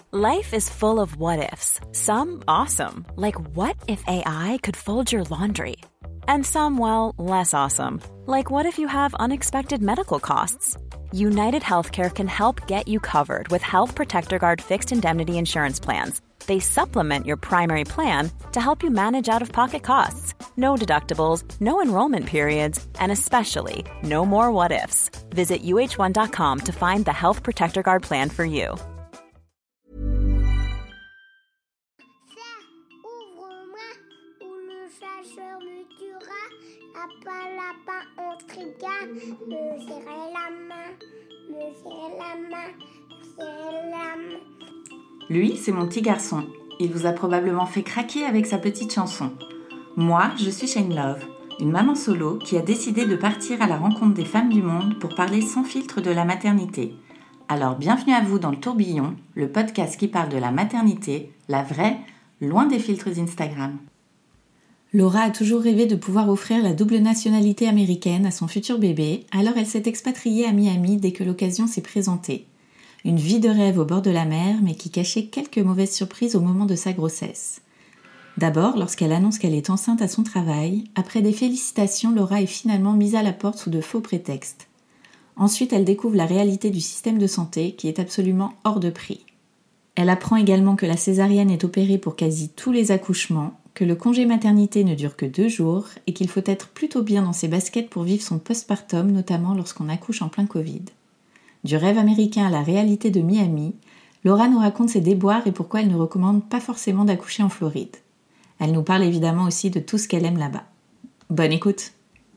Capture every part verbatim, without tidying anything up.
Life is full of what-ifs. Some awesome, like what if A I could fold your laundry? And some, well, less awesome, like what if you have unexpected medical costs? United Healthcare can help get you covered with Health Protector Guard fixed indemnity insurance plans. They supplement your primary plan to help you manage out-of-pocket costs. No deductibles, no enrollment periods, and especially no more what-ifs. Visit U H one dot com to find the Health Protector Guard plan for you. Ouvre-moi ou le chasseur me tuera. Lapin, lapin, on trigane. Me serrer la main, me serrer la main, me serrer la main. Lui, c'est mon petit garçon. Il vous a probablement fait craquer avec sa petite chanson. Moi, je suis Shane Love, une maman solo qui a décidé de partir à la rencontre des femmes du monde pour parler sans filtre de la maternité. Alors bienvenue à vous dans le Tourbillon, le podcast qui parle de la maternité, la vraie, loin des filtres Instagram. Laura a toujours rêvé de pouvoir offrir la double nationalité américaine à son futur bébé, alors elle s'est expatriée à Miami dès que l'occasion s'est présentée. Une vie de rêve au bord de la mer, mais qui cachait quelques mauvaises surprises au moment de sa grossesse. D'abord, lorsqu'elle annonce qu'elle est enceinte à son travail, après des félicitations, Laura est finalement mise à la porte sous de faux prétextes. Ensuite, elle découvre la réalité du système de santé, qui est absolument hors de prix. Elle apprend également que la césarienne est opérée pour quasi tous les accouchements, que le congé maternité ne dure que deux jours, et qu'il faut être plutôt bien dans ses baskets pour vivre son postpartum, notamment lorsqu'on accouche en plein Covid. Du rêve américain à la réalité de Miami, Laura nous raconte ses déboires et pourquoi elle ne recommande pas forcément d'accoucher en Floride. Elle nous parle évidemment aussi de tout ce qu'elle aime là-bas. Bonne écoute.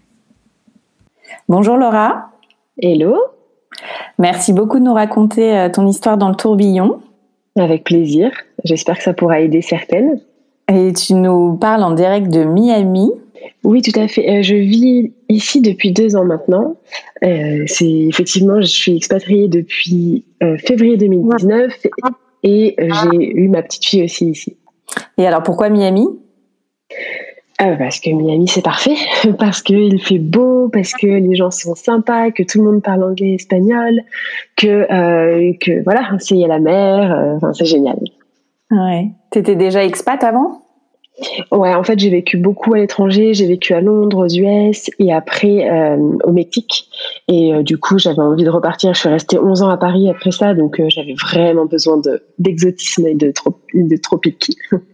Bonjour Laura. Hello. Merci beaucoup de nous raconter ton histoire dans le tourbillon. Avec plaisir. J'espère que ça pourra aider certaines. Et tu nous parles en direct de Miami. Oui, tout à fait. Euh, je vis ici depuis deux ans maintenant. Euh, c'est effectivement, je suis expatriée depuis euh, février deux mille dix-neuf et euh, j'ai eu ma petite fille aussi ici. Et alors, pourquoi Miami ? euh, Parce que Miami, c'est parfait. Parce qu'il fait beau, parce que les gens sont sympas, que tout le monde parle anglais et espagnol, que, euh, que voilà, il y a la mer, euh, enfin, c'est génial. Ouais. T'étais déjà expat avant ? Ouais, en fait, j'ai vécu beaucoup à l'étranger. J'ai vécu à Londres, aux U S et après euh, au Mexique. Et euh, du coup, j'avais envie de repartir. Je suis restée onze ans à Paris après ça, donc euh, j'avais vraiment besoin de, d'exotisme et de, trop, de tropique.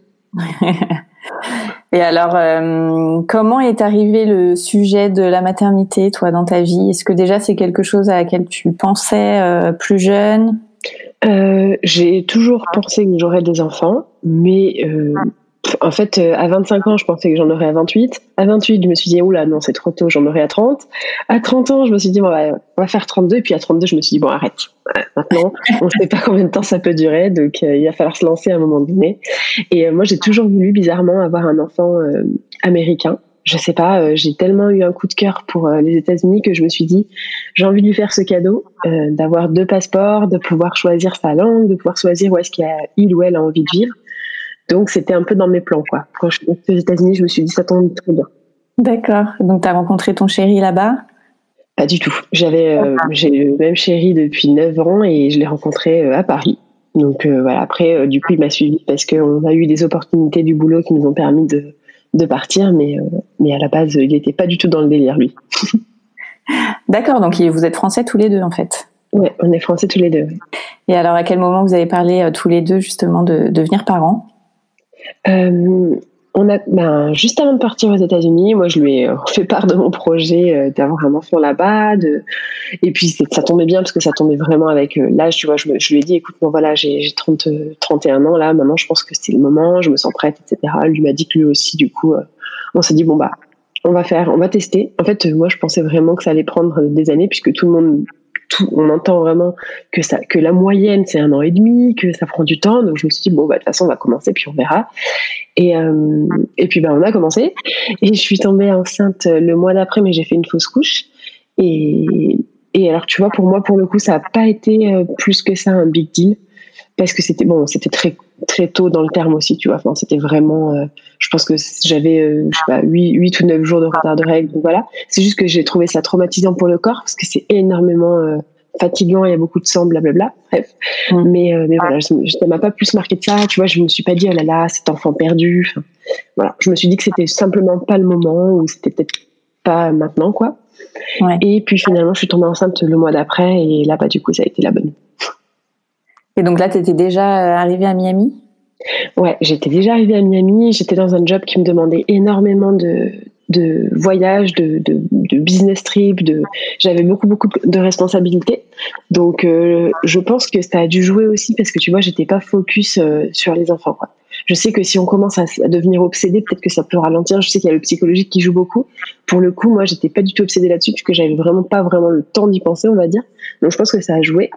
Et alors, euh, comment est arrivé le sujet de la maternité, toi, dans ta vie ? Est-ce que déjà c'est quelque chose à laquelle tu pensais euh, plus jeune ? euh, J'ai toujours pensé que j'aurais des enfants, mais... Euh, En fait, à vingt-cinq ans, je pensais que j'en aurais à vingt-huit. À vingt-huit, je me suis dit, oula, non, c'est trop tôt, j'en aurai à trente. À trente ans, je me suis dit, bon, bah, on va faire trente-deux. Et puis à trente-deux, je me suis dit, bon, arrête. Maintenant, on ne sait pas combien de temps ça peut durer, donc euh, il va falloir se lancer à un moment donné. Et euh, moi, j'ai toujours voulu, bizarrement, avoir un enfant euh, américain. Je sais pas, euh, j'ai tellement eu un coup de cœur pour euh, les États-Unis que je me suis dit, j'ai envie de lui faire ce cadeau, euh, d'avoir deux passeports, de pouvoir choisir sa langue, de pouvoir choisir où est-ce qu'il a, il ou elle a envie de vivre. Donc, c'était un peu dans mes plans, quoi. Quand je suis aux États-Unis, je me suis dit, ça tombe trop bien. D'accord. Donc, tu as rencontré ton chéri là-bas ? Pas du tout. J'avais, euh, j'ai le même chéri depuis neuf ans et je l'ai rencontré euh, à Paris. Donc, euh, voilà. Après, euh, du coup, il m'a suivi parce qu'on a eu des opportunités du boulot qui nous ont permis de, de partir. Mais, euh, mais à la base, il n'était pas du tout dans le délire, lui. D'accord. Donc, vous êtes français tous les deux, en fait ? Ouais, on est français tous les deux. Et alors, à quel moment vous avez parlé euh, tous les deux, justement, de devenir parents ? Euh, on a, ben, juste avant de partir aux États-Unis, moi je lui ai fait part de mon projet euh, d'avoir un enfant là-bas, de... et puis c'est, ça tombait bien parce que ça tombait vraiment avec euh, l'âge, tu vois. Je, me, je lui ai dit, écoute, bon voilà, j'ai, j'ai trente, trente et un ans là, maintenant je pense que c'est le moment, je me sens prête, et cetera. Lui m'a dit que lui aussi, du coup, euh, on s'est dit bon bah, on va faire, on va tester. En fait, euh, moi je pensais vraiment que ça allait prendre des années puisque tout le monde tout, on entend vraiment que ça, que la moyenne c'est un an et demi, que ça prend du temps. Donc je me suis dit bon bah de toute façon on va commencer puis on verra. Et euh, et puis ben on a commencé et je suis tombée enceinte le mois d'après, mais j'ai fait une fausse couche. Et et alors tu vois, pour moi pour le coup ça a pas été euh, plus que ça un big deal parce que c'était bon, c'était très très tôt dans le terme aussi, tu vois. Enfin c'était vraiment, euh, je pense que j'avais euh, je sais pas huit huit ou neuf jours de retard de règles. Donc voilà, c'est juste que j'ai trouvé ça traumatisant pour le corps parce que c'est énormément euh, fatigant, il y a beaucoup de sang, blablabla. Bref. Mmh. Mais, euh, mais voilà, je, je, ça m'a pas plus marqué de ça. Tu vois, je me suis pas dit, oh là là, cet enfant perdu. Enfin, voilà. Je me suis dit que c'était simplement pas le moment ou c'était peut-être pas maintenant, quoi. Ouais. Et puis finalement, je suis tombée enceinte le mois d'après et là, bah, du coup, ça a été la bonne. Et donc là, tu étais déjà arrivée à Miami ? Ouais, j'étais déjà arrivée à Miami. J'étais dans un job qui me demandait énormément de, de voyages, de, de, de business trip. De... J'avais beaucoup, beaucoup de responsabilités. Donc, euh, je pense que ça a dû jouer aussi parce que tu vois, j'étais pas focus euh, sur les enfants, quoi. Je sais que si on commence à, à devenir obsédé, peut-être que ça peut ralentir. Je sais qu'il y a le psychologique qui joue beaucoup. Pour le coup, moi, j'étais pas du tout obsédée là-dessus puisque j'avais vraiment pas vraiment le temps d'y penser, on va dire. Donc, je pense que ça a joué.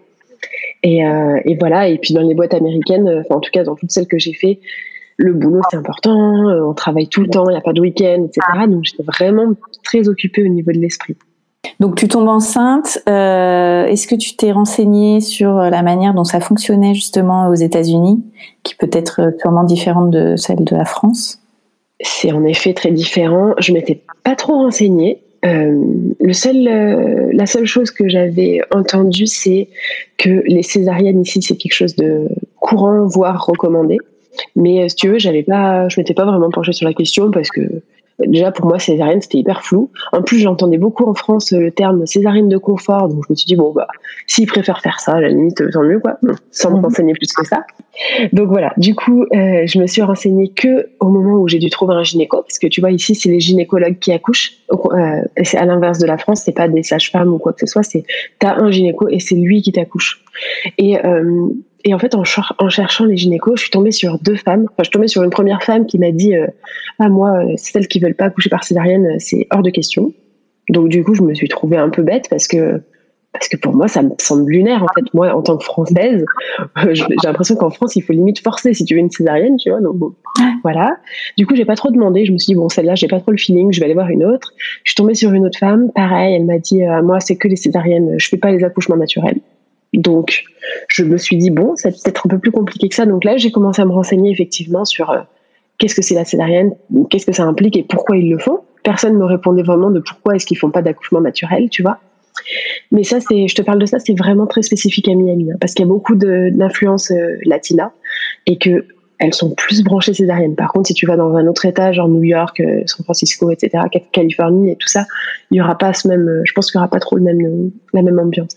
Et, euh, et voilà. Et puis dans les boîtes américaines, enfin en tout cas dans toutes celles que j'ai fait, le boulot c'est important. On travaille tout le temps, il n'y a pas de week-end, et cetera. Donc j'étais vraiment très occupée au niveau de l'esprit. Donc tu tombes enceinte. Euh, est-ce que tu t'es renseignée sur la manière dont ça fonctionnait justement aux États-Unis, qui peut être sûrement différente de celle de la France ? C'est en effet très différent. Je m'étais pas trop renseignée. Euh, le seul, euh, la seule chose que j'avais entendue, c'est que les césariennes ici, c'est quelque chose de courant, voire recommandé. Mais euh, si tu veux, j'avais pas, je m'étais pas vraiment penchée sur la question parce que déjà pour moi, césarienne, c'était hyper flou. En plus, j'entendais beaucoup en France le terme césarienne de confort, donc je me suis dit bon bah, s'ils préfèrent faire ça, à la limite, tant mieux quoi, sans me renseigner plus que ça. Donc voilà, du coup, euh, je me suis renseignée que au moment où j'ai dû trouver un gynéco, parce que tu vois ici, c'est les gynécologues qui accouchent. Euh, et c'est à l'inverse de la France, c'est pas des sages-femmes ou quoi que ce soit, c'est t'as un gynéco et c'est lui qui t'accouche. Et euh, Et en fait, en, ch- en cherchant les gynécos, je suis tombée sur deux femmes. Enfin, je suis tombée sur une première femme qui m'a dit euh, « Ah, moi, euh, celles qui veulent pas accoucher par césarienne, c'est hors de question. » Donc, du coup, je me suis trouvée un peu bête parce que, parce que pour moi, ça me semble lunaire. En fait, moi, en tant que Française, euh, j'ai l'impression qu'en France, il faut limite forcer si tu veux une césarienne, tu vois. Donc, bon, voilà. Du coup, j'ai pas trop demandé. Je me suis dit « Bon, celle-là, j'ai pas trop le feeling. Je vais aller voir une autre. » Je suis tombée sur une autre femme. Pareil, elle m'a dit euh, « Moi, c'est que les césariennes. Je fais pas les accouchements naturels. » Donc, je me suis dit, bon, c'est peut-être un peu plus compliqué que ça. Donc là, j'ai commencé à me renseigner effectivement sur euh, qu'est-ce que c'est la césarienne, qu'est-ce que ça implique et pourquoi ils le font. Personne ne me répondait vraiment de pourquoi est-ce qu'ils font pas d'accouchement naturel, tu vois. Mais ça, c'est, je te parle de ça, c'est vraiment très spécifique à Miami, hein, parce qu'il y a beaucoup de, d'influence euh, latina et que elles sont plus branchées césariennes. Par contre, si tu vas dans un autre état, genre New York, euh, San Francisco, et cetera, Californie et tout ça, il y aura pas ce même, je pense qu'il y aura pas trop le même, la même ambiance.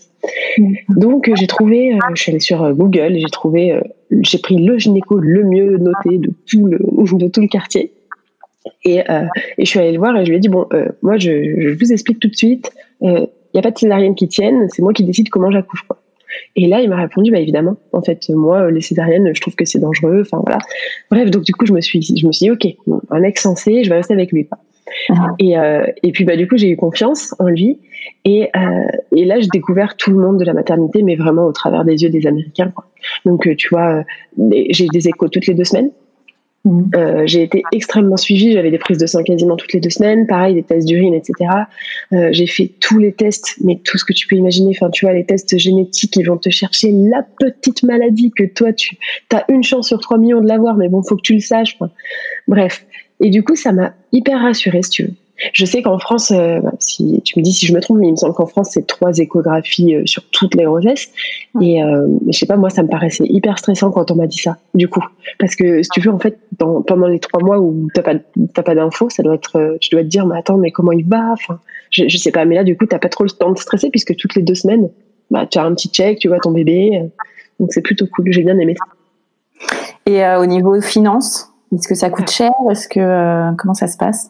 Donc j'ai trouvé, euh, je suis allée sur euh, Google et j'ai trouvé, euh, j'ai pris le gynéco le mieux noté de tout le, de tout le quartier et, euh, et je suis allée le voir et je lui ai dit bon, euh, moi je, je vous explique tout de suite, il euh, n'y a pas de césarienne qui tienne, c'est moi qui décide comment j'accouche, quoi. Et là il m'a répondu bah évidemment, en fait moi les césariennes je trouve que c'est dangereux, enfin voilà. Bref, donc du coup je me suis, je me suis dit ok, bon, un mec sensé, je vais rester avec lui, quoi. Et, euh, et puis bah du coup j'ai eu confiance en lui et, euh, et là j'ai découvert tout le monde de la maternité, mais vraiment au travers des yeux des Américains, quoi. Donc euh, tu vois, euh, j'ai des échos toutes les deux semaines. Mmh. Euh, j'ai été extrêmement suivie, j'avais des prises de sang quasiment toutes les deux semaines, pareil des tests d'urine, et cetera. Euh, j'ai fait tous les tests, mais tout ce que tu peux imaginer. Enfin tu vois, les tests génétiques, ils vont te chercher la petite maladie que toi tu as une chance sur trois millions de l'avoir, mais bon faut que tu le saches. Enfin, bref. Et du coup, ça m'a hyper rassurée, si tu veux. Je sais qu'en France, euh, si tu me dis si je me trompe, mais il me semble qu'en France, c'est trois échographies euh, sur toutes les grossesses. Et euh, je sais pas, moi, ça me paraissait hyper stressant quand on m'a dit ça, du coup. Parce que si tu veux, en fait, dans, pendant les trois mois où t'as pas, t'as pas d'infos, ça doit être, euh, tu dois te dire, mais attends, mais comment il va? Enfin, je, je sais pas, mais là, du coup, t'as pas trop le temps de stresser puisque toutes les deux semaines, bah, tu as un petit check, tu vois ton bébé. Euh, donc c'est plutôt cool. J'ai bien aimé ça. Et euh, au niveau finances? Est-ce que ça coûte cher? Est-ce que euh, comment ça se passe?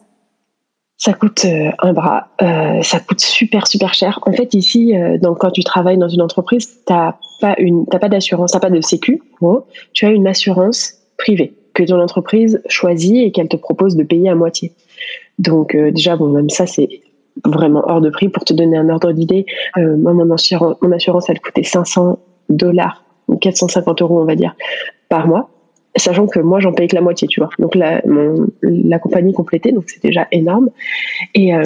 Ça coûte euh, un bras. Euh, ça coûte super super cher. En fait ici, euh, donc quand tu travailles dans une entreprise, t'as pas une, t'as pas d'assurance, t'as pas de sécu. Oh, tu as une assurance privée que ton entreprise choisit et qu'elle te propose de payer à moitié. Donc euh, déjà bon, même ça c'est vraiment hors de prix. Pour te donner un ordre d'idée, euh, moi mon assurance, mon assurance elle coûtait cinq cents dollars ou quatre cent cinquante euros on va dire par mois. Sachant que moi j'en paye que la moitié, tu vois. Donc la, mon, la compagnie complétait, donc c'est déjà énorme. Et, euh,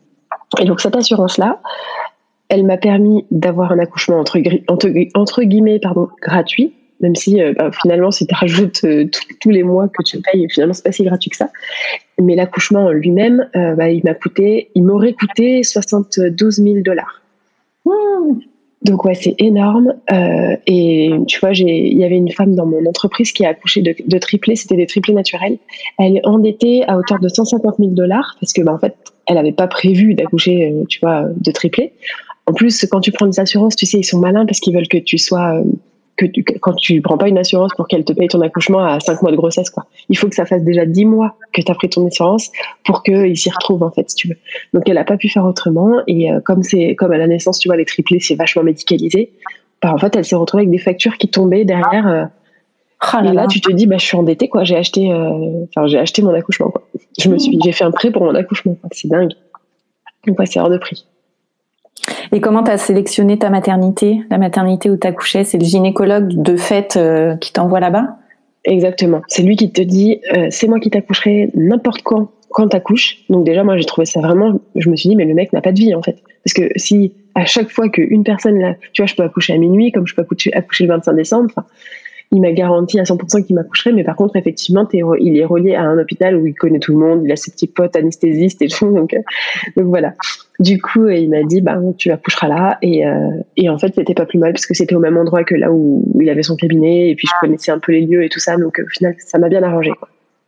et donc cette assurance-là, elle m'a permis d'avoir un accouchement entre, entre, entre guillemets pardon, gratuit, même si euh, bah, finalement si tu rajoutes euh, tous les mois que tu payes, finalement c'est pas si gratuit que ça. Mais l'accouchement lui-même, euh, bah, il m'a coûté, il m'aurait coûté soixante-douze mille dollars. Mmh. Donc ouais, c'est énorme. Euh, et tu vois, j'ai, il y avait une femme dans mon entreprise qui a accouché de, de triplés, c'était des triplés naturels. Elle est endettée à hauteur de cent cinquante mille dollars parce que bah, en fait, elle n'avait pas prévu d'accoucher, euh, tu vois, de triplés. En plus, quand tu prends des assurances, tu sais, ils sont malins parce qu'ils veulent que tu sois, euh, que tu, quand tu prends pas une assurance pour qu'elle te paye ton accouchement à cinq mois de grossesse, quoi. Il faut que ça fasse déjà dix mois que tu as pris ton assurance pour qu'ils s'y retrouvent, en fait, si tu veux. Donc, elle a pas pu faire autrement. Et euh, comme c'est, comme à la naissance, tu vois, les triplés, c'est vachement médicalisé. Bah, en fait, elle s'est retrouvée avec des factures qui tombaient derrière. Euh, Oh là et là, là. tu te dis, bah, je suis endettée, quoi. J'ai acheté, euh, enfin, j'ai acheté mon accouchement, quoi. Je me suis, j'ai fait un prêt pour mon accouchement, quoi. C'est dingue. Donc, ouais, c'est hors de prix. Et comment tu as sélectionné ta maternité, la maternité où tu accouchais? C'est le gynécologue de fait euh, qui t'envoie là-bas? Exactement. C'est lui qui te dit, euh, c'est moi qui t'accoucherai n'importe quand, quand t'accouches. Donc déjà, moi, j'ai trouvé ça vraiment, je me suis dit, mais le mec n'a pas de vie, en fait. Parce que si, à chaque fois qu'une personne, là, tu vois, je peux accoucher à minuit, comme je peux accoucher, accoucher le vingt-cinq décembre, enfin, il m'a garanti à cent pour cent qu'il m'accoucherait, mais par contre, effectivement, t'es, il est relié à un hôpital où il connaît tout le monde, il a ses petits potes anesthésistes et tout, donc, euh, donc voilà. Du coup, il m'a dit, bah, tu accoucheras là, et, euh, et en fait, c'était pas plus mal, parce que c'était au même endroit que là où, où il avait son cabinet, et puis je connaissais un peu les lieux et tout ça, donc au final, ça m'a bien arrangé, quoi.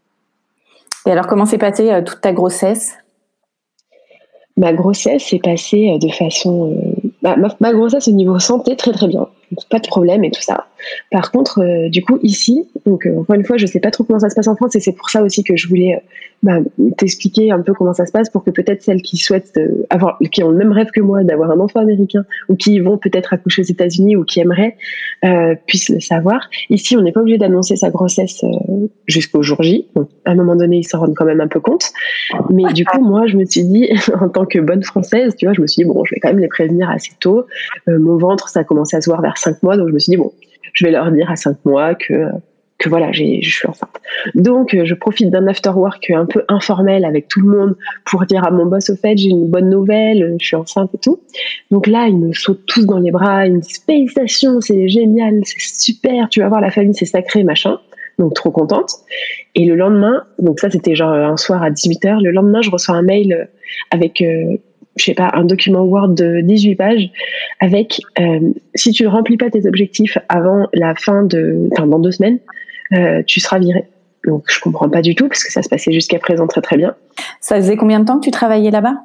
Et alors, comment s'est passée euh, toute ta grossesse? Ma grossesse s'est passée euh, de façon... Euh, bah, ma, ma grossesse au niveau santé, très très bien. Pas de problème et tout ça. Par contre, euh, du coup, ici, donc euh, encore une fois, je sais pas trop comment ça se passe en France et c'est pour ça aussi que je voulais euh, bah, t'expliquer un peu comment ça se passe pour que peut-être celles qui souhaitent euh, avoir, qui ont le même rêve que moi d'avoir un enfant américain ou qui vont peut-être accoucher aux États-Unis ou qui aimeraient euh, puissent le savoir. Ici, on n'est pas obligé d'annoncer sa grossesse euh, jusqu'au jour J. Bon, à un moment donné, ils s'en rendent quand même un peu compte. Mais du coup, moi, je me suis dit, en tant que bonne Française, tu vois, je me suis dit, bon, je vais quand même les prévenir assez tôt. Euh, mon ventre, ça a commencé à se voir vers cinq mois, donc je me suis dit, bon, je vais leur dire à cinq mois que, que voilà, j'ai, je suis enceinte. Donc, euh, je profite d'un after-work un peu informel avec tout le monde pour dire à mon boss, au fait, j'ai une bonne nouvelle, je suis enceinte et tout. Donc là, ils me sautent tous dans les bras, ils me disent, félicitations, c'est génial, c'est super, tu vas voir la famille, c'est sacré, machin. Donc, trop contente. Et le lendemain, donc ça, c'était genre un soir à dix-huit heures, le lendemain, je reçois un mail avec... Euh, je sais pas, un document Word de dix-huit pages avec euh, si tu ne remplis pas tes objectifs avant la fin de, enfin dans deux semaines, euh, tu seras viré. Donc je comprends pas du tout parce que ça se passait jusqu'à présent très très bien. Ça faisait combien de temps que tu travaillais là-bas?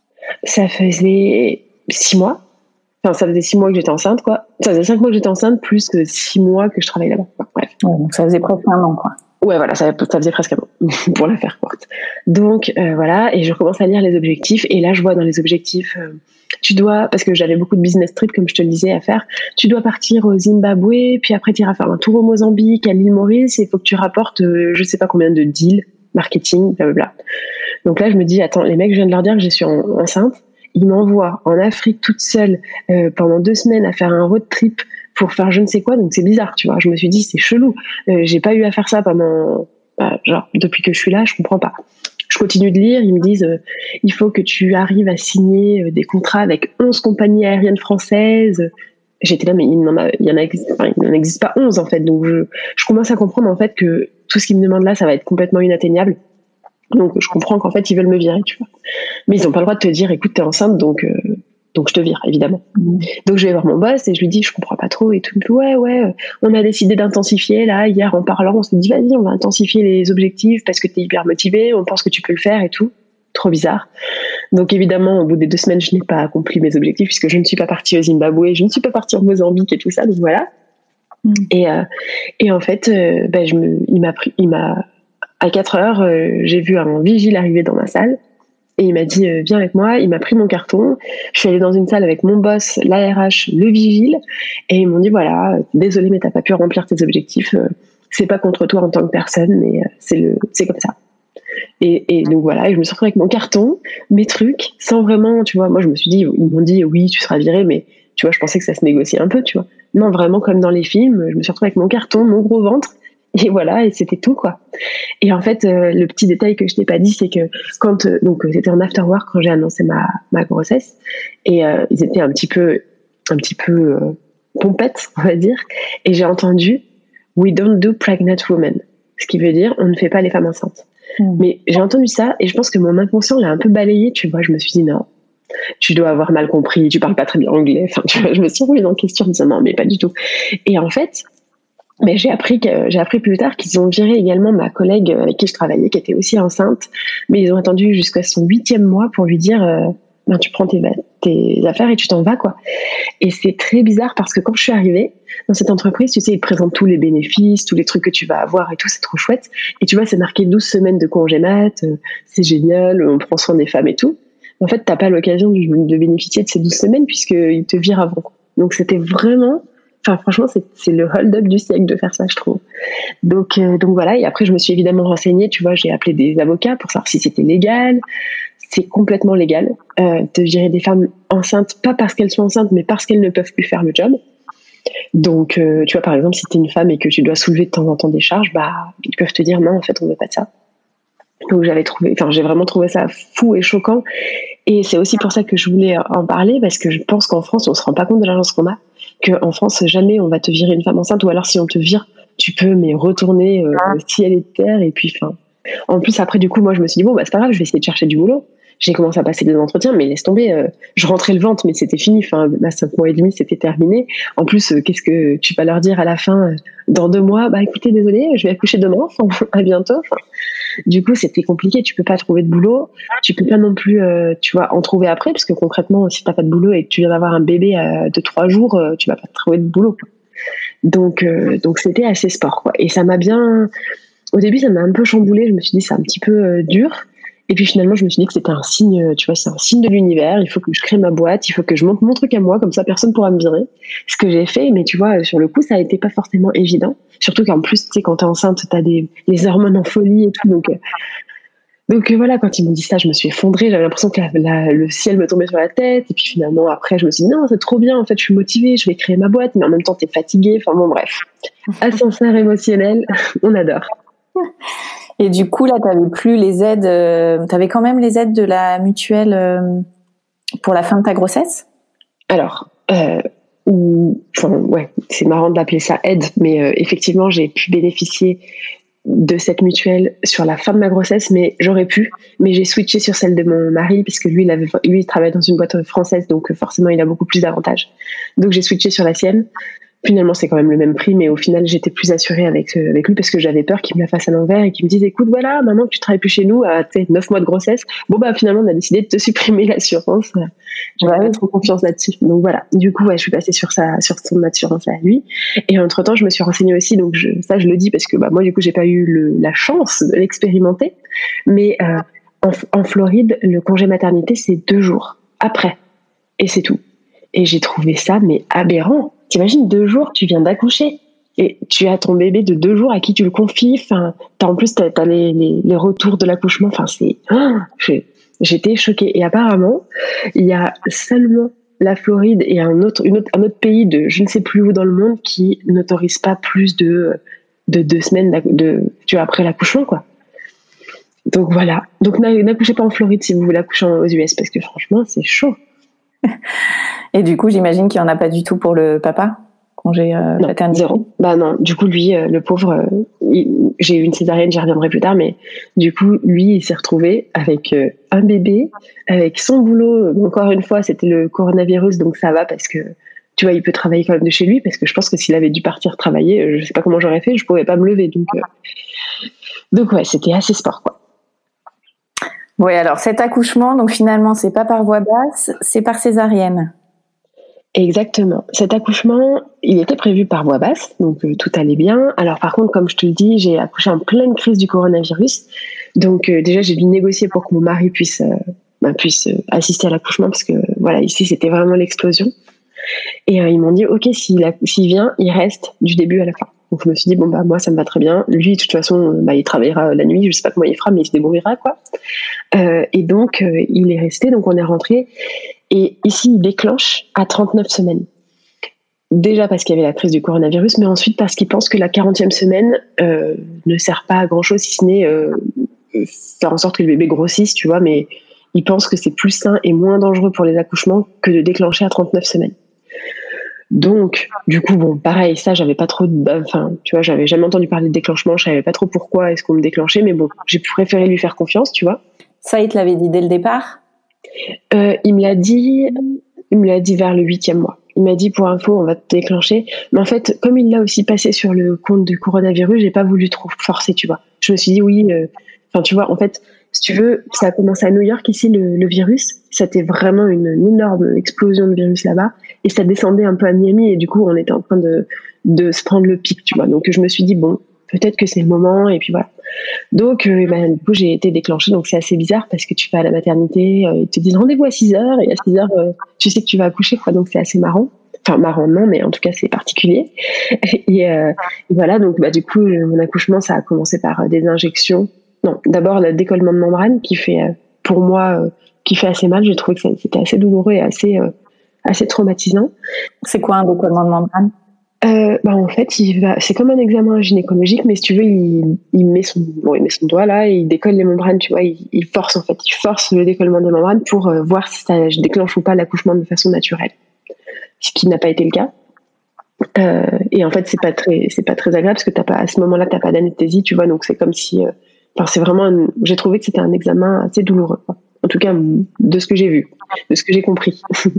Ça faisait six mois. Enfin, ça faisait six mois que j'étais enceinte, quoi. Ça faisait cinq mois que j'étais enceinte, plus que six mois que je travaillais là-bas. Enfin, bref. Ouais, donc ça faisait presque un an, quoi. Ouais, voilà, ça, ça faisait presque un an, pour la faire courte. Donc, euh, voilà, et je commence à lire les objectifs, et là, je vois dans les objectifs, euh, tu dois, parce que j'avais beaucoup de business trips, comme je te le disais, à faire, tu dois partir au Zimbabwe, puis après, tu iras faire un tour au Mozambique, à l'île Maurice, et il faut que tu rapportes, euh, je sais pas combien de deals, marketing, blablabla. Donc là, je me dis, attends, les mecs, je viens de leur dire que je suis en, enceinte, ils m'envoient en Afrique toute seule, euh, pendant deux semaines, à faire un road trip, pour faire je ne sais quoi, donc c'est bizarre, tu vois. Je me suis dit, c'est chelou. Euh, j'ai pas eu à faire ça pendant, bah, genre, depuis que je suis là, je comprends pas. Je continue de lire, ils me disent, euh, il faut que tu arrives à signer euh, des contrats avec onze compagnies aériennes françaises. J'étais là, mais il n'en a, il y en a, enfin, il n'en existe pas onze, en fait. Donc, je, je commence à comprendre, en fait, que tout ce qu'ils me demandent là, ça va être complètement inatteignable. Donc, je comprends qu'en fait, ils veulent me virer, tu vois. Mais ils ont pas le droit de te dire, écoute, t'es enceinte, donc, euh, Donc, je te vire, évidemment. Mmh. Donc, je vais voir mon boss et je lui dis, je comprends pas trop et tout. Ouais, ouais, on a décidé d'intensifier, là, hier, en parlant, on s'est dit, vas-y, on va intensifier les objectifs parce que t'es hyper motivé, on pense que tu peux le faire et tout. Trop bizarre. Donc, évidemment, au bout des deux semaines, je n'ai pas accompli mes objectifs puisque je ne suis pas partie au Zimbabwe, je ne suis pas partie au Mozambique et tout ça, donc voilà. Mmh. Et, euh, et en fait, euh, ben, je me, il m'a pris, il m'a, à quatre heures, euh, j'ai vu un vigile arriver dans ma salle. Et il m'a dit, euh, viens avec moi. Il m'a pris mon carton. Je suis allée dans une salle avec mon boss, l'A R H, le vigile. Et ils m'ont dit, voilà, désolé, mais t'as pas pu remplir tes objectifs. Euh, c'est pas contre toi en tant que personne, mais euh, c'est le, c'est comme ça. Et, et donc voilà, et je me suis retrouvée avec mon carton, mes trucs, sans vraiment, tu vois, moi je me suis dit, ils m'ont dit, oui, tu seras virée, mais tu vois, je pensais que ça se négociait un peu, tu vois. Non, vraiment, comme dans les films, je me suis retrouvée avec mon carton, mon gros ventre. Et voilà, et c'était tout, quoi. Et en fait, euh, le petit détail que je t'ai pas dit, c'est que quand, euh, donc, c'était en after work quand j'ai annoncé ma, ma grossesse, et euh, ils étaient un petit peu, un petit peu euh, pompettes, on va dire, et j'ai entendu « We don't do pregnant women », ce qui veut dire « on ne fait pas les femmes enceintes ». Mmh. Mais j'ai entendu ça, et je pense que mon inconscient l'a un peu balayé, tu vois, je me suis dit « non, tu dois avoir mal compris, tu parles pas très bien anglais. Enfin, tu vois, je me suis remise en question en me disant non, mais pas du tout. Et en fait, mais j'ai appris que j'ai appris plus tard qu'ils ont viré également ma collègue avec qui je travaillais, qui était aussi enceinte, mais ils ont attendu jusqu'à son huitième mois pour lui dire euh, ben, tu prends tes, tes affaires et tu t'en vas, quoi. Et c'est très bizarre parce que quand je suis arrivée dans cette entreprise, tu sais, ils te présentent tous les bénéfices, tous les trucs que tu vas avoir et tout, c'est trop chouette. Et tu vois, c'est marqué douze semaines de congé mat, euh, c'est génial, on prend soin des femmes et tout. En fait, t'as pas l'occasion de, de bénéficier de ces douze semaines puisqu'ils te virent avant. Donc c'était vraiment... Enfin, franchement, c'est, c'est le hold-up du siècle de faire ça, je trouve. Donc, euh, donc voilà. Et après, je me suis évidemment renseignée. Tu vois, j'ai appelé des avocats pour savoir si c'était légal. C'est complètement légal euh, de virer des femmes enceintes, pas parce qu'elles sont enceintes, mais parce qu'elles ne peuvent plus faire le job. Donc, euh, tu vois, par exemple, si t'es une femme et que tu dois soulever de temps en temps des charges, bah, ils peuvent te dire non, en fait, on veut pas de ça. Donc, j'avais trouvé, enfin, j'ai vraiment trouvé ça fou et choquant. Et c'est aussi pour ça que je voulais en parler, parce que je pense qu'en France, on se rend pas compte de l'agence qu'on a. Qu'en France, jamais on va te virer une femme enceinte, ou alors si on te vire, tu peux mais retourner euh, ciel et terre. Et puis, enfin, en plus, après, du coup, moi, je me suis dit, bon, bah, c'est pas grave, je vais essayer de chercher du boulot. J'ai commencé à passer des entretiens, mais laisse tomber, euh, je rentrais le ventre, mais c'était fini. Enfin, à cinq mois et demi, c'était terminé. En plus, euh, qu'est-ce que tu vas leur dire à la fin, euh, dans deux mois, bah, écoutez, désolé, je vais accoucher demain, enfin, à bientôt. Enfin, du coup, c'était compliqué. Tu peux pas trouver de boulot. Tu peux pas non plus, euh, tu vois, en trouver après, parce que concrètement, si t'as pas de boulot et que tu viens d'avoir un bébé euh, de trois jours, euh, tu vas pas trouver de boulot, quoi. Donc, euh, donc c'était assez sport, quoi. Et ça m'a bien, au début, ça m'a un peu chamboulé. Je me suis dit, c'est un petit peu euh, dur. Et puis finalement, je me suis dit que c'était un signe, tu vois, c'est un signe de l'univers. Il faut que je crée ma boîte, il faut que je monte mon truc à moi, comme ça personne pourra me virer. Ce que j'ai fait, mais tu vois, sur le coup, ça a été pas forcément évident. Surtout qu'en plus, tu sais, quand t'es enceinte, t'as des les hormones en folie et tout. Donc, euh, donc euh, voilà, quand ils m'ont dit ça, je me suis effondrée. J'avais l'impression que la, la, le ciel me tombait sur la tête. Et puis finalement, après, je me suis dit non, c'est trop bien. En fait, je suis motivée, je vais créer ma boîte, mais en même temps, t'es fatiguée. Enfin bon, bref, ascenseur émotionnel, on adore. Et du coup, là, tu n'avais plus les aides, euh, tu avais quand même les aides de la mutuelle euh, pour la fin de ta grossesse ? Alors, euh, ou, enfin, ouais, c'est marrant d'appeler ça aide, mais euh, effectivement, j'ai pu bénéficier de cette mutuelle sur la fin de ma grossesse, mais j'aurais pu, mais j'ai switché sur celle de mon mari, parce que lui, il, avait, lui, il travaille dans une boîte française, donc forcément, il a beaucoup plus d'avantages. Donc, j'ai switché sur la sienne. Finalement, c'est quand même le même prix, mais au final, j'étais plus assurée avec, euh, avec lui parce que j'avais peur qu'il me la fasse à l'envers et qu'il me dise, écoute, voilà, maintenant que tu travailles plus chez nous, à neuf mois de grossesse, bon, bah, finalement, on a décidé de te supprimer l'assurance. J'avais pas trop confiance là-dessus. Donc voilà. Du coup, ouais, je suis passée sur sa, sur son assurance à lui. Et entre temps, je me suis renseignée aussi. Donc, je, ça, je le dis parce que, bah, moi, du coup, j'ai pas eu le, la chance de l'expérimenter. Mais, euh, en, en Floride, le congé maternité, c'est deux jours après. Et c'est tout. Et j'ai trouvé ça, mais aberrant. T'imagines, deux jours, tu viens d'accoucher et tu as ton bébé de deux jours à qui tu le confies. Enfin, t'as, en plus, t'as, t'as les, les, les retours de l'accouchement. Enfin, c'est, oh, j'ai, j'étais choquée. Et apparemment, il y a seulement la Floride et un autre, une autre, un autre pays de je ne sais plus où dans le monde qui n'autorise pas plus de, de deux semaines de, tu vois, après l'accouchement, quoi. Donc voilà. Donc n'accouchez pas en Floride si vous voulez accoucher aux U S parce que franchement, c'est chaud. Et du coup, j'imagine qu'il n'y en a pas du tout pour le papa, congé euh, non, paternité. Zéro. Bah non, du coup, lui, euh, le pauvre, euh, il, j'ai eu une césarienne, j'y reviendrai plus tard, mais du coup, lui, il s'est retrouvé avec euh, un bébé, avec son boulot. Encore une fois, c'était le coronavirus, donc ça va parce que, tu vois, il peut travailler quand même de chez lui, parce que je pense que s'il avait dû partir travailler, je sais pas comment j'aurais fait, je pouvais pas me lever. Donc, euh... donc ouais, c'était assez sport, quoi. Oui, alors cet accouchement, donc finalement, c'est pas par voie basse, c'est par césarienne. Exactement. Cet accouchement, il était prévu par voie basse, donc euh, tout allait bien. Alors par contre, comme je te le dis, j'ai accouché en pleine crise du coronavirus. Donc euh, déjà, j'ai dû négocier pour que mon mari puisse, euh, bah, puisse euh, assister à l'accouchement, parce que voilà, ici, c'était vraiment l'explosion. Et euh, ils m'ont dit, ok, s'il, a, s'il vient, il reste du début à la fin. Donc je me suis dit, bon, bah moi, ça me va très bien. Lui, de toute façon, bah, il travaillera la nuit, je sais pas comment il fera, mais il se débrouillera, quoi. Euh, et donc, euh, il est resté, donc on est rentré. Et ici, il déclenche à trente-neuf semaines. Déjà parce qu'il y avait la crise du coronavirus, mais ensuite parce qu'il pense que la quarantième semaine euh, ne sert pas à grand-chose, si ce n'est euh, faire en sorte que le bébé grossisse, tu vois, mais il pense que c'est plus sain et moins dangereux pour les accouchements que de déclencher à trente-neuf semaines. Donc, du coup, bon, pareil, ça, j'avais pas trop de, enfin, tu vois, j'avais jamais entendu parler de déclenchement, je savais pas trop pourquoi est-ce qu'on me déclenchait, mais bon, j'ai préféré lui faire confiance, tu vois. Ça, il te l'avait dit dès le départ ? euh, Il me l'a dit, il me l'a dit vers le huitième mois. Il m'a dit, pour info, on va te déclencher. Mais en fait, comme il l'a aussi passé sur le compte de coronavirus, j'ai pas voulu trop forcer, tu vois. Je me suis dit, oui, enfin, euh, tu vois, en fait, si tu veux, ça a commencé à New York, ici, le, le virus. C'était vraiment une, une énorme explosion de virus là-bas. Et ça descendait un peu à Miami. Et du coup, on était en train de, de se prendre le pic, tu vois. Donc, je me suis dit, bon, peut-être que c'est le moment. Et puis voilà. Donc, euh, ben, du coup, j'ai été déclenchée. Donc, c'est assez bizarre parce que tu vas à la maternité, euh, ils te disent rendez-vous à six heures. Et à six heures, euh, tu sais que tu vas accoucher, quoi. Donc, c'est assez marrant. Enfin, marrant, non, mais en tout cas, c'est particulier. Et, euh, et voilà. Donc, bah, du coup, mon accouchement, ça a commencé par des injections. Non, d'abord, le décollement de membrane qui fait, euh, pour moi, euh, qui fait assez mal. J'ai trouvé que ça, c'était assez douloureux et assez, euh, assez traumatisant. C'est quoi un décollement de membrane? Euh, bah en fait, il va, c'est comme un examen gynécologique, mais si tu veux, il, il met son, bon, il met son doigt là et il décolle les membranes, tu vois, il, il force en fait, il force le décollement des membranes pour euh, voir si ça déclenche ou pas l'accouchement de façon naturelle, ce qui n'a pas été le cas. Euh, et en fait, c'est pas très, c'est pas très agréable parce que t'as pas, à ce moment-là, t'as pas d'anesthésie, tu vois, donc c'est comme si, euh, enfin, c'est vraiment, un, j'ai trouvé que c'était un examen assez douloureux, quoi. En tout cas, de ce que j'ai vu, de ce que j'ai compris.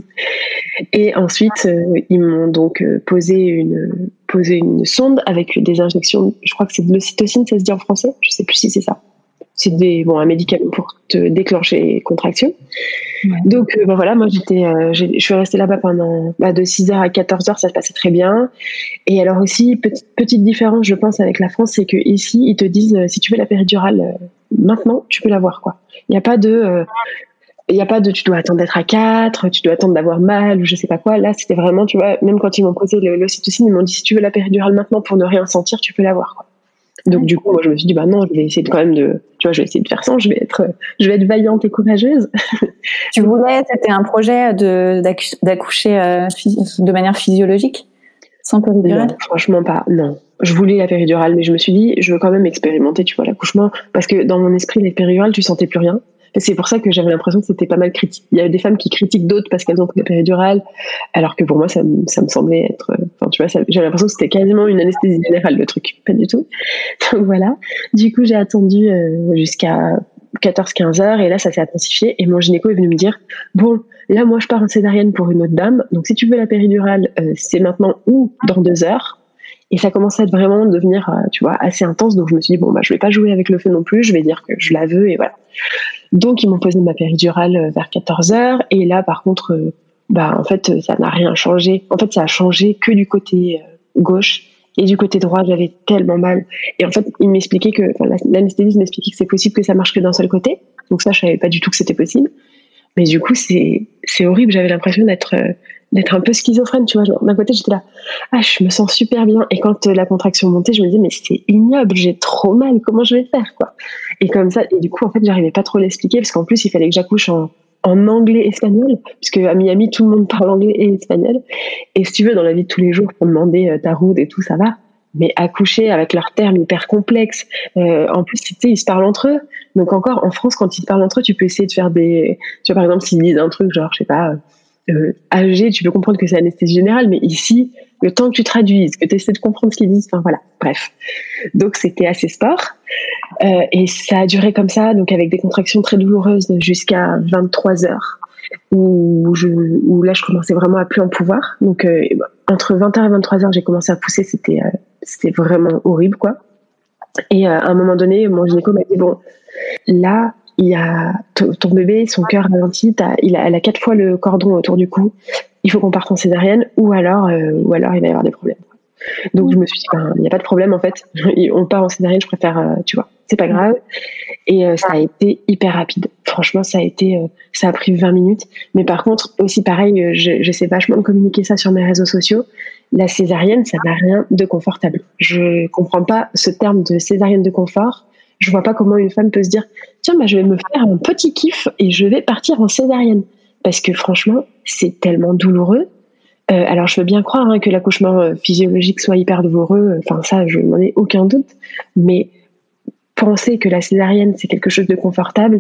Et ensuite, euh, ils m'ont donc euh, posé une, posé une sonde avec des injections, je crois que c'est de l'ocytocine, ça se dit en français, je sais plus si c'est ça. C'est des, bon, un médicament pour te déclencher les contractions. Ouais. Donc, euh, bah voilà, moi, j'étais, euh, j'ai, je suis restée là-bas pendant, bah, de six heures à quatorze heures, ça se passait très bien. Et alors aussi, petite, petite différence, je pense, avec la France, c'est que ici, ils te disent, euh, si tu veux la péridurale euh, maintenant, tu peux l'avoir, quoi. Il n'y a pas de, euh, il n'y a pas de, tu dois attendre d'être à quatre, tu dois attendre d'avoir mal, ou je sais pas quoi. Là, c'était vraiment, tu vois, même quand ils m'ont posé le, l'ocytocine, ils m'ont dit, si tu veux la péridurale maintenant pour ne rien sentir, tu peux l'avoir, quoi. Donc, du coup, moi, je me suis dit, bah non, je vais essayer de quand même de, tu vois, je vais essayer de faire ça, je vais être, je vais être vaillante et courageuse. Tu voulais, c'était un projet de, d'accoucher euh, de manière physiologique, sans péridurale? Non, franchement pas, non. Je voulais la péridurale, mais je me suis dit, je veux quand même expérimenter, tu vois, l'accouchement, parce que dans mon esprit, les péridurales, tu sentais plus rien. Et c'est pour ça que j'avais l'impression que c'était pas mal critique. Il y a des femmes qui critiquent d'autres parce qu'elles ont pris la péridurale, alors que pour moi, ça, ça me semblait être, enfin, tu vois, ça, j'avais l'impression que c'était quasiment une anesthésie générale, le truc. Pas du tout. Donc voilà. Du coup, j'ai attendu euh, jusqu'à quatorze quinze heures, et là, ça s'est intensifié, et mon gynéco est venu me dire, bon, là, moi, je pars en césarienne pour une autre dame, donc si tu veux la péridurale, euh, c'est maintenant ou dans deux heures. Et ça commençait à être vraiment devenir, euh, tu vois, assez intense. Donc, je me suis dit, bon, bah, je vais pas jouer avec le feu non plus. Je vais dire que je la veux et voilà. Donc, ils m'ont posé ma péridurale vers quatorze heures. Et là, par contre, euh, bah, en fait, ça n'a rien changé. En fait, ça a changé que du côté euh, gauche. Et du côté droit, j'avais tellement mal. Et en fait, ils m'expliquaient que, enfin, l'anesthésiste m'expliquait que c'est possible que ça marche que d'un seul côté. Donc ça, je savais pas du tout que c'était possible. Mais du coup, c'est, c'est horrible. J'avais l'impression d'être, euh, d'être un peu schizophrène, tu vois. Genre, d'un côté, j'étais là, ah, je me sens super bien. Et quand euh, la contraction montait, je me disais, mais c'est ignoble, j'ai trop mal, comment je vais faire, quoi. Et comme ça, et du coup, en fait, j'arrivais pas trop à l'expliquer, parce qu'en plus, il fallait que j'accouche en, en anglais espagnol, puisque à Miami, tout le monde parle anglais et espagnol. Et si tu veux, dans la vie de tous les jours, pour demander euh, ta route et tout, ça va. Mais accoucher avec leurs termes hyper complexes, euh, en plus, tu sais, ils se parlent entre eux. Donc encore, en France, quand ils se parlent entre eux, tu peux essayer de faire des... Tu vois, par exemple, s'ils disent un truc, genre, je sais pas, euh, âgé, tu peux comprendre que c'est anesthésie générale, mais ici, le temps que tu traduises, que tu essaies de comprendre ce qu'ils disent, enfin voilà, bref. Donc c'était assez sport. Euh, et ça a duré comme ça, donc avec des contractions très douloureuses jusqu'à vingt-trois heures. Où, je, où là je commençais vraiment à plus en pouvoir, donc euh, entre vingt heures et vingt-trois heures j'ai commencé à pousser, c'était, euh, c'était vraiment horrible, quoi. Et euh, à un moment donné mon gynéco m'a dit, bon, là il y a t- ton bébé, son cœur ralenti, il a, elle a quatre fois le cordon autour du cou, il faut qu'on parte en césarienne, ou alors, euh, ou alors il va y avoir des problèmes. Donc je me suis dit, ben, il n'y a pas de problème en fait, on part en césarienne, je préfère, euh, tu vois, c'est pas grave. Et euh, ça a été hyper rapide. Franchement, ça a été, euh, ça a pris vingt minutes. Mais par contre, aussi pareil, je, j'essaie vachement de communiquer ça sur mes réseaux sociaux. La césarienne, ça n'a rien de confortable. Je comprends pas ce terme de césarienne de confort. Je vois pas comment une femme peut se dire, tiens, bah, je vais me faire un petit kiff et je vais partir en césarienne. Parce que franchement, c'est tellement douloureux. Euh, alors, je veux bien croire hein, que l'accouchement euh, physiologique soit hyper douloureux. Enfin, ça, je n'en ai aucun doute. Mais penser que la césarienne, c'est quelque chose de confortable,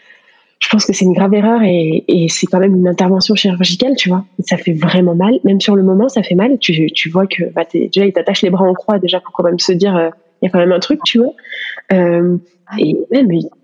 je pense que c'est une grave erreur et, et c'est quand même une intervention chirurgicale, tu vois. Ça fait vraiment mal. Même sur le moment, ça fait mal. Tu, tu vois que bah, t'es, déjà, ils t'attachent les bras en croix déjà pour quand même se dire, il euh, y a quand même un truc, tu vois. Euh, et même,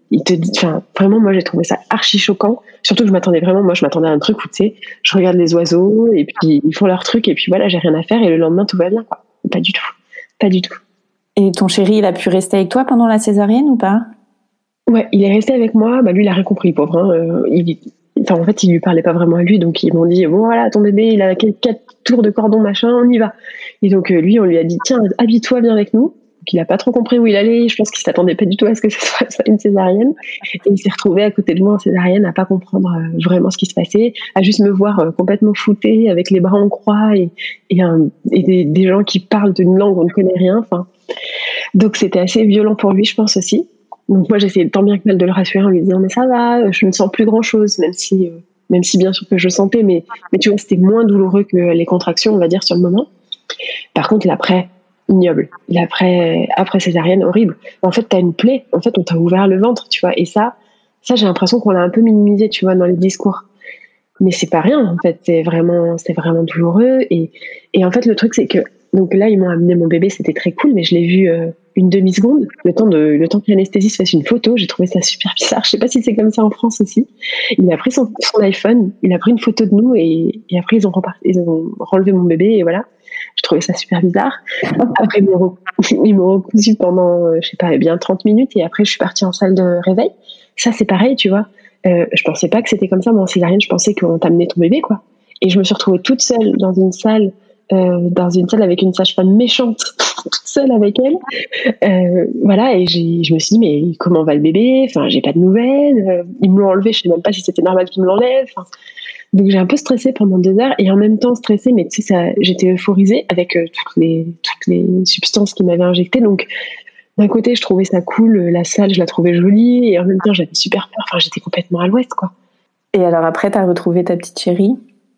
il te dit, enfin, vraiment, moi, j'ai trouvé ça archi choquant. Surtout que je m'attendais vraiment, moi, je m'attendais à un truc où, tu sais, je regarde les oiseaux et puis ils font leur truc et puis voilà, j'ai rien à faire et le lendemain, tout va bien, quoi. Pas du tout. Pas du tout. Et ton chéri, il a pu rester avec toi pendant la césarienne ou pas? Ouais, il est resté avec moi. Bah, lui, il a rien compris, pauvre. Hein. Euh, il, enfin, en fait, il lui parlait pas vraiment à lui, donc ils m'ont dit bon, voilà, ton bébé, il a quatre tours de cordon, machin, on y va. Et donc, euh, lui, on lui a dit tiens, habille-toi, viens avec nous. Donc, il a pas trop compris où il allait. Je pense qu'il s'attendait pas du tout à ce que ce soit une césarienne. Et il s'est retrouvé à côté de moi en césarienne, à pas comprendre euh, vraiment ce qui se passait, à juste me voir euh, complètement floutée, avec les bras en croix et, et, un, et des, des gens qui parlent d'une langue où on ne connaît rien. Enfin, donc, c'était assez violent pour lui, je pense aussi. Donc moi j'essayais tant bien que mal de le rassurer en lui disant mais ça va, je ne sens plus grand chose, même si, euh, même si bien sûr que je sentais, mais, mais tu vois c'était moins douloureux que les contractions on va dire sur le moment. Par contre l'après, ignoble, l'après après césarienne horrible. En fait t'as une plaie, en fait on t'a ouvert le ventre, tu vois, et ça, ça j'ai l'impression qu'on l'a un peu minimisé, tu vois, dans les discours. Mais c'est pas rien en fait, c'est vraiment, c'est vraiment douloureux et, et en fait le truc c'est que donc là ils m'ont amené mon bébé, c'était très cool, mais je l'ai vu euh, une demi-seconde, le temps de le temps que l'anesthésiste fasse une photo. J'ai trouvé ça super bizarre. Je sais pas si c'est comme ça en France aussi. Il a pris son, son iPhone, il a pris une photo de nous et, et après ils ont reparti, ils ont relevé mon bébé et voilà. Je trouvais ça super bizarre. Après ils m'ont, ils m'ont recousu pendant je sais pas bien trente minutes et après je suis partie en salle de réveil. Ça c'est pareil, tu vois. Euh, je pensais pas que c'était comme ça. Moi en césarienne, je pensais qu'on t'amenait ton bébé quoi. Et je me suis retrouvée toute seule dans une salle. Euh, dans une salle avec une sage-femme méchante, toute seule avec elle. Euh, voilà, et j'ai, je me suis dit, mais comment va le bébé? Enfin, j'ai pas de nouvelles. Euh, ils me l'ont enlevé, je sais même pas si c'était normal qu'ils me l'enlèvent. Enfin, donc j'ai un peu stressé pendant deux heures et en même temps stressée, mais tu sais, ça, j'étais euphorisée avec euh, toutes les toutes les substances qu'ils m'avaient injectées. Donc d'un côté, je trouvais ça cool, la salle, je la trouvais jolie, et en même temps, j'avais super peur. Enfin, j'étais complètement à l'ouest, quoi. Et alors après, t'as retrouvé ta petite chérie?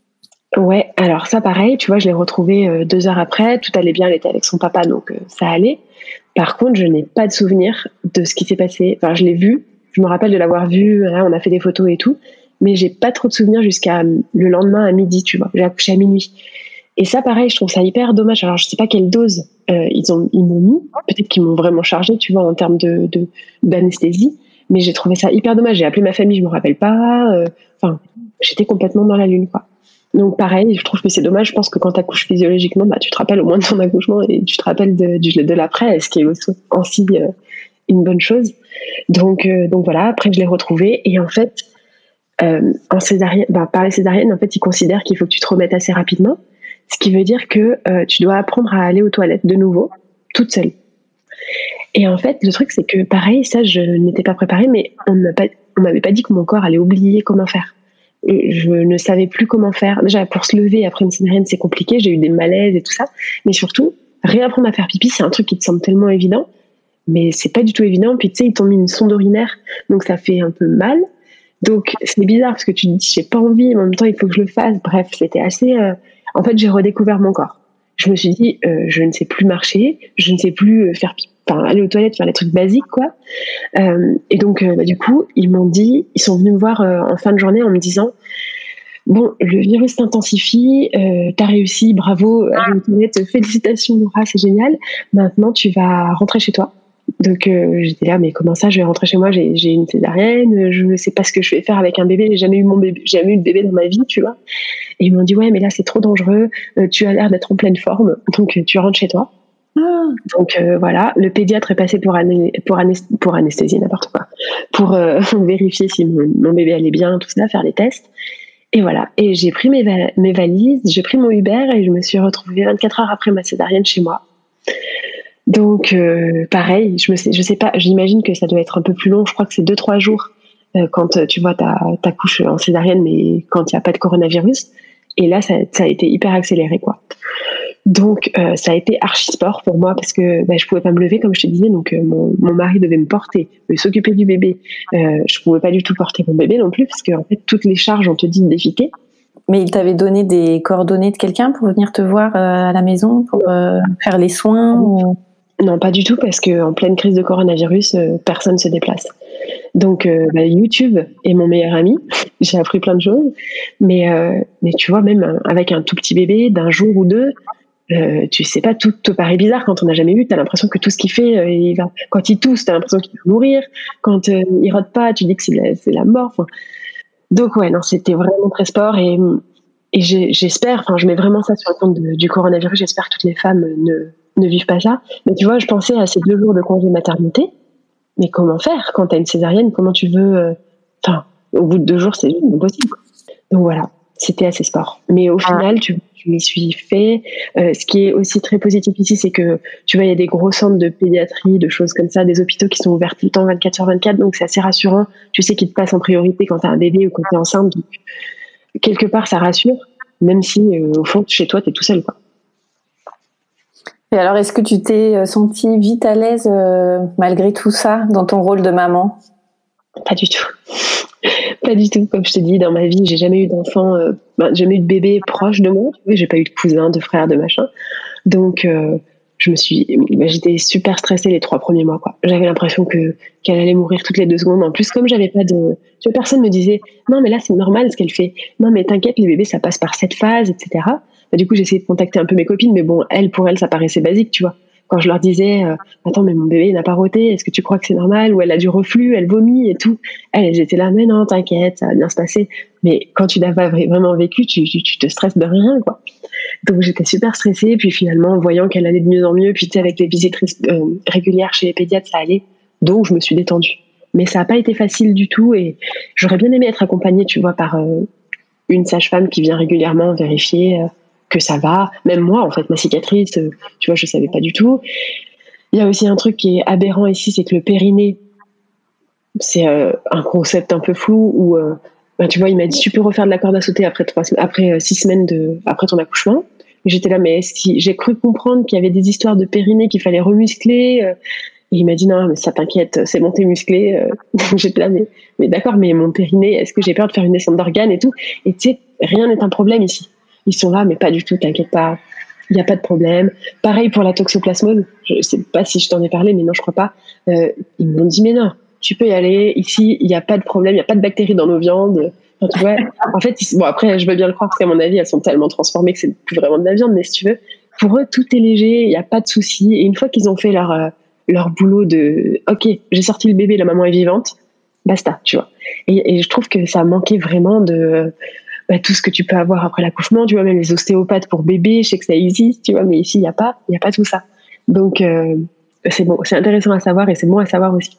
Ouais, alors ça pareil, tu vois, je l'ai retrouvée euh, deux heures après, tout allait bien, elle était avec son papa, donc euh, ça allait. Par contre, je n'ai pas de souvenir de ce qui s'est passé. Enfin, je l'ai vue, je me rappelle de l'avoir vue, hein, on a fait des photos et tout, mais j'ai pas trop de souvenirs jusqu'à le lendemain à midi, tu vois. J'ai accouché à minuit. Et ça, pareil, je trouve ça hyper dommage. Alors, je sais pas quelle dose euh, ils ont, ils m'ont mis. Peut-être qu'ils m'ont vraiment chargé, tu vois, en termes de, de d'anesthésie. Mais j'ai trouvé ça hyper dommage. J'ai appelé ma famille, je me rappelle pas. Euh, enfin, j'étais complètement dans la lune, quoi. Donc pareil, je trouve que c'est dommage. Je pense que quand tu accouches physiologiquement, bah, tu te rappelles au moins de ton accouchement et tu te rappelles de, de, de l'après, ce qui est aussi, aussi euh, une bonne chose. Donc, euh, donc voilà, après je l'ai retrouvé et en fait, euh, en césarienne, bah, par les césariennes, en fait, ils considèrent qu'il faut que tu te remettes assez rapidement, ce qui veut dire que euh, tu dois apprendre à aller aux toilettes de nouveau, toute seule. Et en fait, le truc, c'est que pareil, ça, je n'étais pas préparée, mais on ne m'avait pas dit que mon corps allait oublier comment faire. Et je ne savais plus comment faire. Déjà, pour se lever après une césarienne, c'est compliqué. J'ai eu des malaises et tout ça. Mais surtout, réapprendre à faire pipi, c'est un truc qui te semble tellement évident. Mais c'est pas du tout évident. Puis tu sais, ils t'ont mis une sonde urinaire. Donc ça fait un peu mal. Donc c'est bizarre parce que tu te dis, j'ai pas envie. Mais en même temps, il faut que je le fasse. Bref, c'était assez... Euh... En fait, j'ai redécouvert mon corps. Je me suis dit, euh, je ne sais plus marcher. Je ne sais plus faire pipi. Enfin, aller aux toilettes, faire les trucs basiques, quoi. Euh, et donc, euh, bah, du coup, ils m'ont dit, ils sont venus me voir euh, en fin de journée en me disant, bon, le virus s'intensifie, euh, t'as réussi, bravo, aller aux toilettes, félicitations, Laura, c'est génial. Maintenant, tu vas rentrer chez toi. Donc, euh, j'étais là, mais comment ça, je vais rentrer chez moi? J'ai, j'ai une césarienne, je ne sais pas ce que je vais faire avec un bébé, j'ai jamais eu mon bébé, j'ai jamais eu de bébé dans ma vie, tu vois. Et ils m'ont dit, ouais, mais là, c'est trop dangereux, euh, tu as l'air d'être en pleine forme, donc euh, tu rentres chez toi. Donc euh, voilà, le pédiatre est passé pour, ané- pour, ané- pour anesthésie, n'importe quoi, pour euh, vérifier si mon, mon bébé allait bien, tout ça, faire les tests. Et voilà, et j'ai pris mes, val- mes valises, j'ai pris mon Uber et je me suis retrouvée vingt-quatre heures après ma césarienne chez moi. Donc euh, pareil, je me sais, je sais pas, j'imagine que ça doit être un peu plus long, je crois que c'est deux trois jours euh, quand tu vois ta, ta couche en césarienne, mais quand il n'y a pas de coronavirus. Et là, ça, ça a été hyper accéléré, quoi. Donc, euh, ça a été archi sport pour moi parce que bah, je pouvais pas me lever, comme je te disais. Donc, euh, mon, mon mari devait me porter, euh, s'occuper du bébé. Euh, je pouvais pas du tout porter mon bébé non plus parce que en fait, toutes les charges, on te dit d'éviter. Mais il t'avait donné des coordonnées de quelqu'un pour venir te voir euh, à la maison, pour euh, faire les soins ou... Non, pas du tout, parce qu'en pleine crise de coronavirus, euh, personne se déplace. Donc, euh, bah, YouTube est mon meilleur ami. J'ai appris plein de choses. Mais, euh, mais tu vois, même avec un tout petit bébé d'un jour ou deux, Euh, tu sais pas, tout te paraît bizarre quand on n'a jamais vu. T'as l'impression que tout ce qu'il fait, euh, il va, quand il tousse, t'as l'impression qu'il va mourir. Quand euh, il rote pas, tu dis que c'est la, c'est la mort. Enfin, donc ouais, non, c'était vraiment très sport et, et j'ai, j'espère, enfin, je mets vraiment ça sur le compte de, du coronavirus. J'espère que toutes les femmes ne, ne vivent pas ça. Mais tu vois, je pensais à ces deux jours de congé maternité. Mais comment faire quand t'as une césarienne? Comment tu veux, enfin, euh, au bout de deux jours, c'est impossible. Donc voilà. C'était assez sport. Mais au ah. final, tu, tu m'y suis fait. Euh, ce qui est aussi très positif ici, c'est que, tu vois, il y a des gros centres de pédiatrie, de choses comme ça, des hôpitaux qui sont ouverts tout le temps, vingt-quatre sur vingt-quatre, donc c'est assez rassurant. Tu sais qu'ils te passent en priorité quand tu as un bébé ou quand tu es enceinte. Donc, quelque part, ça rassure, même si, euh, au fond, chez toi, tu es tout seul, quoi. Et alors, est-ce que tu t'es sentie vite à l'aise, euh, malgré tout ça, dans ton rôle de maman? Pas du tout. Pas du tout. Comme je te dis, dans ma vie, j'ai jamais eu d'enfant, euh, ben, jamais eu de bébé proche de moi. J'ai pas eu de cousin, de frère, de machin. Donc, euh, je me suis, ben, j'étais super stressée les trois premiers mois, quoi. J'avais l'impression que qu'elle allait mourir toutes les deux secondes. En plus, comme j'avais pas de, tu vois, personne me disait, non, mais là, c'est normal ce qu'elle fait. Non, mais t'inquiète, les bébés, ça passe par cette phase, et cetera. Ben, du coup, j'ai essayé de contacter un peu mes copines, mais bon, elles, pour elles, ça paraissait basique, tu vois. Quand je leur disais, euh, attends, mais mon bébé, il n'a pas roté, est-ce que tu crois que c'est normal? Ou elle a du reflux, elle vomit et tout. Elles, elles étaient là, mais non, t'inquiète, ça va bien se passer. Mais quand tu n'as pas vraiment vécu, tu, tu, tu te stresses de rien, quoi. Donc j'étais super stressée, puis finalement, en voyant qu'elle allait de mieux en mieux, puis tu sais, avec les visites euh, régulières chez les pédiatres, ça allait. Donc je me suis détendue. Mais ça n'a pas été facile du tout, et j'aurais bien aimé être accompagnée, tu vois, par euh, une sage-femme qui vient régulièrement vérifier euh, que ça va. Même moi, en fait, ma cicatrice, euh, tu vois, je savais pas du tout. Il y a aussi un truc qui est aberrant ici, c'est que le périnée, c'est euh, un concept un peu flou où, euh, ben, tu vois, il m'a dit, tu peux refaire de la corde à sauter après trois, après euh, six semaines de, après ton accouchement. Et j'étais là, mais si j'ai cru comprendre qu'il y avait des histoires de périnée qu'il fallait remuscler. Euh, et il m'a dit, non, mais ça t'inquiète, c'est bon, t'es musclé. Euh, j'étais là, mais, mais d'accord, mais mon périnée, est-ce que j'ai peur de faire une descente d'organes et tout? Et tu sais, rien n'est un problème ici. Ils sont là, mais pas du tout, t'inquiète pas. Il n'y a pas de problème. Pareil pour la toxoplasmose. Je ne sais pas si je t'en ai parlé, mais non, je crois pas. Euh, ils m'ont dit, mais non, tu peux y aller. Ici, il n'y a pas de problème. Il n'y a pas de bactéries dans nos viandes. Enfin, tu vois, en fait, ils, bon, après, je veux bien le croire parce qu'à mon avis, elles sont tellement transformées que c'est plus vraiment de la viande. Mais si tu veux, pour eux, tout est léger. Il n'y a pas de souci. Et une fois qu'ils ont fait leur, euh, leur boulot de, OK, j'ai sorti le bébé, la maman est vivante, basta, tu vois. Et, et je trouve que ça manquait vraiment de... Bah, tout ce que tu peux avoir après l'accouchement, tu vois, même les ostéopathes pour bébé, je sais que ça existe, tu vois, mais ici, il n'y a pas, il n'y a pas tout ça. Donc, euh, c'est bon, c'est intéressant à savoir et c'est bon à savoir aussi.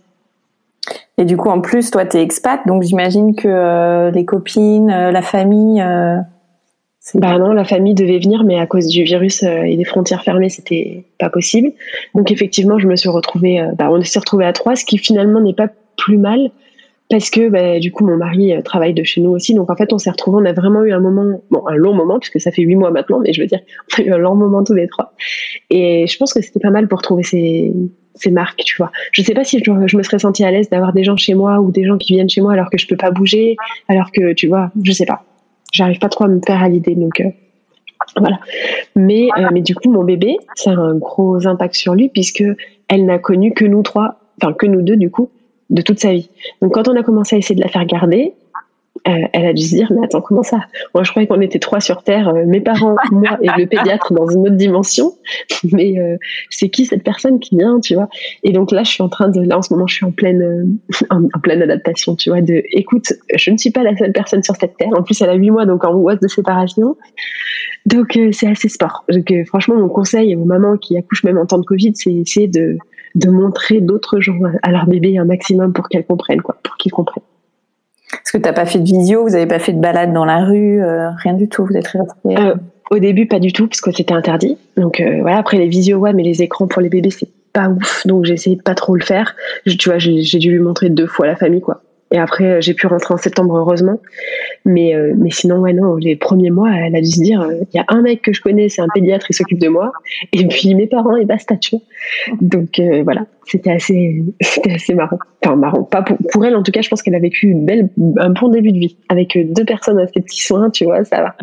Et du coup, en plus, toi, t'es expat, donc j'imagine que euh, les copines, euh, la famille... Euh, c'est... Bah non, la famille devait venir, mais à cause du virus euh, et des frontières fermées, c'était pas possible. Donc, effectivement, je me suis retrouvée, euh, bah, on s'est retrouvés à trois, ce qui finalement n'est pas plus mal. Parce que bah, du coup mon mari euh, travaille de chez nous aussi, donc en fait on s'est retrouvés, on a vraiment eu un moment, bon un long moment puisque ça fait huit mois maintenant, mais je veux dire on a eu un long moment tous les trois. Et je pense que c'était pas mal pour trouver ces ces marques, tu vois. Je sais pas si je, je me serais sentie à l'aise d'avoir des gens chez moi ou des gens qui viennent chez moi alors que je peux pas bouger, alors que tu vois, je sais pas, j'arrive pas trop à me faire à l'idée, donc euh, voilà. Mais euh, mais du coup mon bébé, ça a un gros impact sur lui puisque elle n'a connu que nous trois, enfin que nous deux du coup, de toute sa vie. Donc quand on a commencé à essayer de la faire garder, euh, elle a dû se dire, mais attends, comment ça? Moi, je croyais qu'on était trois sur Terre, euh, mes parents, moi et le pédiatre dans une autre dimension, mais euh, c'est qui cette personne qui vient, tu vois? Et donc là, je suis en train de, là en ce moment, je suis en pleine, euh, en, en pleine adaptation, tu vois, de, écoute, je ne suis pas la seule personne sur cette Terre, en plus elle a huit mois, donc en angoisse de séparation, donc euh, c'est assez sport. Donc euh, franchement, mon conseil aux mamans qui accouchent même en temps de Covid, c'est essayer de de montrer d'autres gens à leur bébé un maximum pour qu'elles comprennent, quoi, pour qu'ils comprennent. Est-ce que t'as pas fait de visio, vous avez pas fait de balade dans la rue, euh, rien du tout, vous êtes restés... euh, Au début, pas du tout, parce que c'était interdit. Donc euh, voilà, après les visios, ouais, mais les écrans pour les bébés, c'est pas ouf, donc j'ai essayé de pas trop le faire. Je, tu vois, j'ai, j'ai dû lui montrer deux fois la famille, quoi. Et après, j'ai pu rentrer en septembre, heureusement. Mais, euh, mais sinon, ouais, non, les premiers mois, elle a dû se dire, il euh, y a un mec que je connais, c'est un pédiatre, il s'occupe de moi. Et puis mes parents, et basta, tu vois. Donc euh, voilà, c'était assez, c'était assez marrant. Enfin, marrant. Pas pour, pour elle, en tout cas, je pense qu'elle a vécu une belle, un bon début de vie. Avec deux personnes à ses petits soins, tu vois, ça va.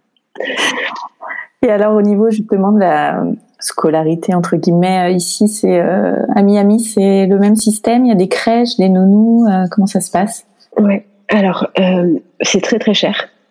Et alors, au niveau justement de la scolarité, entre guillemets, ici, c'est euh, à Miami, c'est le même système, il y a des crèches, des nounous, euh, comment ça se passe? Ouais, alors, euh, c'est très très cher.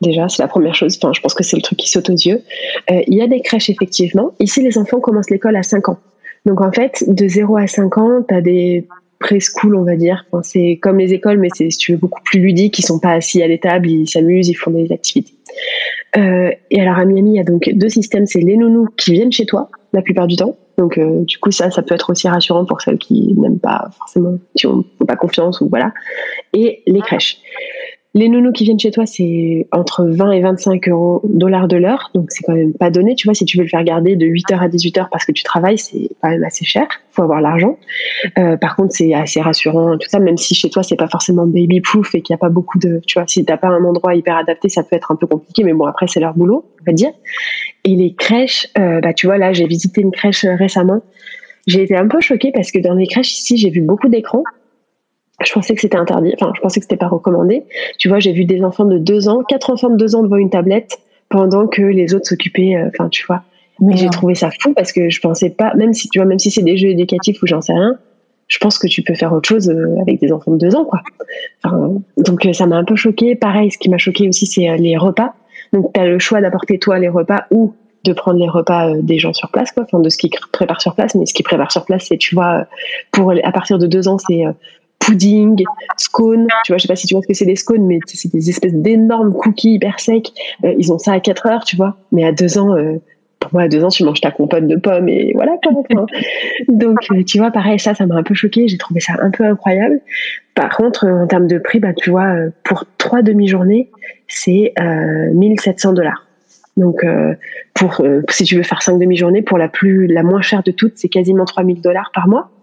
Déjà, c'est la première chose. Enfin, je pense que c'est le truc qui saute aux yeux. Euh, il y a des crèches, effectivement. Ici, les enfants commencent l'école à cinq ans. Donc, en fait, de zéro à cinq ans, tu as des preschool, on va dire. Enfin, c'est comme les écoles, mais c'est, si tu veux, beaucoup plus ludique. Ils sont pas assis à l'étable, ils s'amusent, ils font des activités. Euh, et alors, à Miami, il y a donc deux systèmes. C'est les nounous qui viennent chez toi, la plupart du temps. Donc, euh, du coup, ça, ça peut être aussi rassurant pour celles qui n'aiment pas forcément, qui n'ont pas confiance ou voilà. Et les crèches. Les nounous qui viennent chez toi, c'est entre vingt et vingt-cinq euros dollars de l'heure. Donc, c'est quand même pas donné. Tu vois, si tu veux le faire garder de huit heures à dix-huit heures parce que tu travailles, c'est quand même assez cher. Faut avoir l'argent. Euh, par contre, c'est assez rassurant, tout ça, même si chez toi, c'est pas forcément baby-proof et qu'il y a pas beaucoup de, tu vois, si t'as pas un endroit hyper adapté, ça peut être un peu compliqué. Mais bon, après, c'est leur boulot, on va dire. Et les crèches, euh, bah, tu vois, là, j'ai visité une crèche récemment. J'ai été un peu choquée parce que dans les crèches ici, j'ai vu beaucoup d'écrans. Je pensais que c'était interdit, enfin, je pensais que c'était pas recommandé. Tu vois, j'ai vu des enfants de deux ans, quatre enfants de deux ans devant une tablette, pendant que les autres s'occupaient, euh, enfin, tu vois. Mais j'ai trouvé ça fou parce que je pensais pas, même si, tu vois, même si c'est des jeux éducatifs ou j'en sais rien, je pense que tu peux faire autre chose euh, avec des enfants de deux ans, quoi. Enfin, donc, euh, ça m'a un peu choquée. Pareil, ce qui m'a choquée aussi, c'est euh, les repas. Donc, t'as le choix d'apporter toi les repas ou de prendre les repas euh, des gens sur place, quoi. Enfin, de ce qu'ils préparent sur place. Mais ce qu'ils préparent sur place, c'est, tu vois, pour, à partir de deux ans, c'est, euh, pudding, scone, tu vois, je sais pas si tu vois ce que c'est des scones, mais c'est des espèces d'énormes cookies hyper secs. Euh, ils ont ça à quatre heures, tu vois. Mais à deux ans, euh, pour moi, à deux ans, tu manges ta compote de pommes et voilà, quoi. Enfin. Donc, euh, tu vois, pareil, ça, ça m'a un peu choquée. J'ai trouvé ça un peu incroyable. Par contre, euh, en termes de prix, bah, tu vois, euh, pour trois demi-journées, c'est euh, mille sept cents dollars. Donc, euh, pour, euh, si tu veux faire cinq demi-journées, pour la plus, la moins chère de toutes, c'est quasiment trois mille dollars par mois.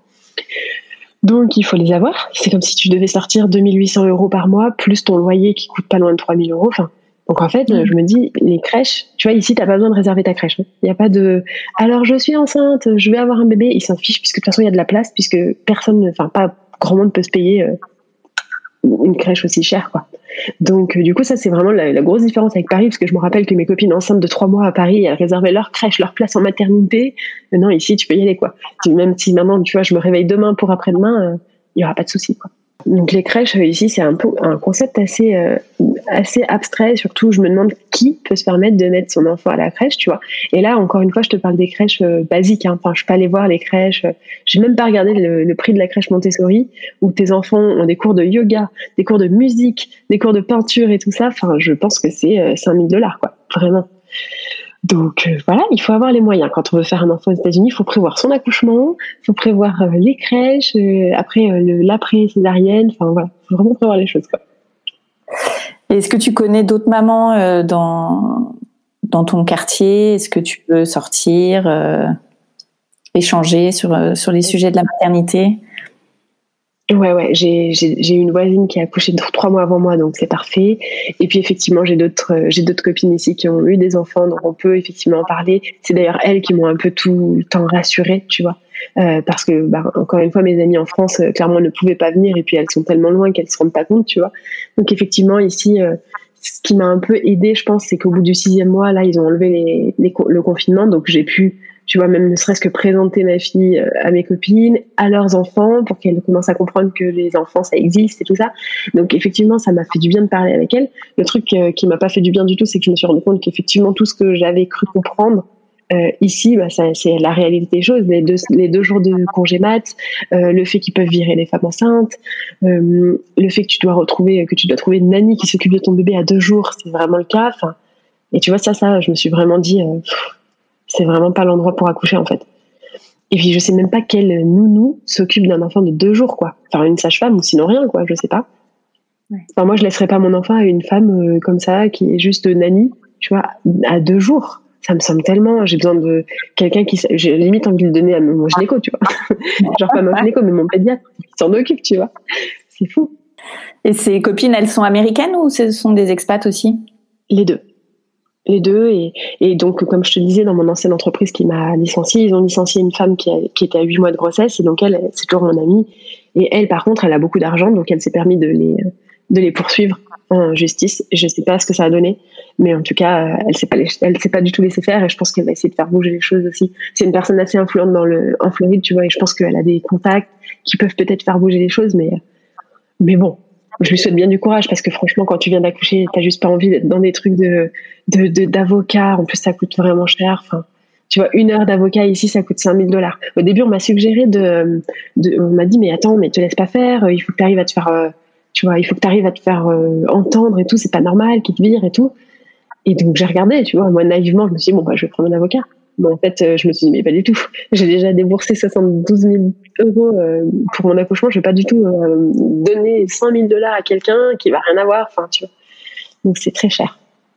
Donc, il faut les avoir. C'est comme si tu devais sortir deux mille huit cents euros par mois, plus ton loyer qui coûte pas loin de trois mille euros. Enfin, donc, en fait, mmh. je me dis, les crèches, tu vois, ici, t'as pas besoin de réserver ta crèche. Il n'y a pas de, alors, je suis enceinte, je vais avoir un bébé. Ils s'en fichent, puisque de toute façon, il y a de la place, puisque personne, enfin, pas grand monde peut se payer euh, une crèche aussi chère, quoi. Donc, euh, du coup, ça, c'est vraiment la, la grosse différence avec Paris, parce que je me rappelle que mes copines enceintes de trois mois à Paris, elles réservaient leur crèche, leur place en maternité. Euh, non, ici, tu peux y aller, quoi. Même si maintenant, tu vois, je me réveille demain pour après-demain, il euh, y aura pas de souci, quoi. Donc, les crèches, euh, ici, c'est un peu un concept assez, euh, assez abstrait. Surtout, je me demande qui peut se permettre de mettre son enfant à la crèche, tu vois. Et là, encore une fois, je te parle des crèches euh, basiques, hein. Enfin, je suis pas allée voir les crèches. Euh, j'ai même pas regardé le, le prix de la crèche Montessori, où tes enfants ont des cours de yoga, des cours de musique, des cours de peinture et tout ça. Enfin, je pense que c'est euh, cinq mille dollars, quoi. Vraiment. Donc euh, voilà, il faut avoir les moyens. Quand on veut faire un enfant aux États-Unis, il faut prévoir son accouchement, il faut prévoir euh, les crèches, euh, après euh, le, l'après-césarienne. Enfin voilà, il faut vraiment prévoir les choses, quoi. Est-ce que tu connais d'autres mamans euh, dans dans ton quartier? Est-ce que tu peux sortir, euh, échanger sur euh, sur les sujets de la maternité? Ouais, ouais, j'ai, j'ai, j'ai une voisine qui a accouché trois mois avant moi, donc c'est parfait. Et puis effectivement, j'ai d'autres, euh, j'ai d'autres copines ici qui ont eu des enfants, donc on peut effectivement en parler. C'est d'ailleurs elles qui m'ont un peu tout le temps rassurée, tu vois, euh, parce que bah, encore une fois, mes amies en France euh, clairement ne pouvaient pas venir, et puis elles sont tellement loin qu'elles se rendent pas compte, tu vois. Donc effectivement, ici, euh, ce qui m'a un peu aidée, je pense, c'est qu'au bout du sixième mois, là, ils ont enlevé les, les, le confinement, donc j'ai pu, tu vois, même ne serait-ce que présenter ma fille à mes copines, à leurs enfants, pour qu'elles commencent à comprendre que les enfants, ça existe et tout ça. Donc, effectivement, ça m'a fait du bien de parler avec elles. Le truc euh, qui m'a pas fait du bien du tout, c'est que je me suis rendu compte qu'effectivement, tout ce que j'avais cru comprendre, euh, ici, bah, ça, c'est la réalité des choses. Les deux, les deux jours de congé mat, euh, le fait qu'ils peuvent virer les femmes enceintes, euh, le fait que tu dois retrouver, que tu dois trouver une nanny qui s'occupe de ton bébé à deux jours, c'est vraiment le cas. Enfin, et tu vois, ça, ça, je me suis vraiment dit, euh, c'est vraiment pas l'endroit pour accoucher, en fait. Et puis, je sais même pas quelle nounou s'occupe d'un enfant de deux jours, quoi. Enfin, une sage-femme ou sinon rien, quoi, je sais pas. Ouais. Enfin, moi, je laisserais pas mon enfant à une femme euh, comme ça, qui est juste nanny, tu vois, à deux jours. Ça me semble tellement, j'ai besoin de quelqu'un qui, j'ai limite envie de le donner à mon gynéco, tu vois. Genre pas mon gynéco, mais mon pédiatre, qui s'en occupe, tu vois. C'est fou. Et ces copines, elles sont américaines ou ce sont des expats aussi? Les deux. Les deux, et, et donc, comme je te disais, dans mon ancienne entreprise qui m'a licenciée, ils ont licencié une femme qui, a, qui était à huit mois de grossesse, et donc elle, c'est toujours mon amie. Et elle, par contre, elle a beaucoup d'argent, donc elle s'est permis de les, de les poursuivre en justice. Je sais pas ce que ça a donné, mais en tout cas, elle s'est pas, elle s'est pas du tout laissé faire, et je pense qu'elle va essayer de faire bouger les choses aussi. C'est une personne assez influente dans le, en Floride, tu vois, et je pense qu'elle a des contacts qui peuvent peut-être faire bouger les choses, mais, mais bon. je lui souhaite bien du courage parce que franchement, quand tu viens d'accoucher, t'as juste pas envie d'être dans des trucs de, de, de d'avocat. En plus, ça coûte vraiment cher. Enfin, tu vois, une heure d'avocat ici, ça coûte cinq mille dollars. Au début, on m'a suggéré de, de, on m'a dit, mais attends, mais te laisse pas faire. Il faut que tu arrives à te faire, euh, tu vois, il faut que tu arrives à te faire euh, entendre et tout. C'est pas normal qu'ils te virent et tout. Et donc, j'ai regardé, tu vois, moi, naïvement, je me suis dit, bon, bah, je vais prendre un avocat. Bon, en fait, euh, je me suis dit, mais pas du tout. J'ai déjà déboursé soixante-douze mille euros euh, pour mon accouchement. Je vais pas du tout euh, donner cinq mille dollars à quelqu'un qui va rien avoir. Enfin, tu vois. Donc, c'est très cher.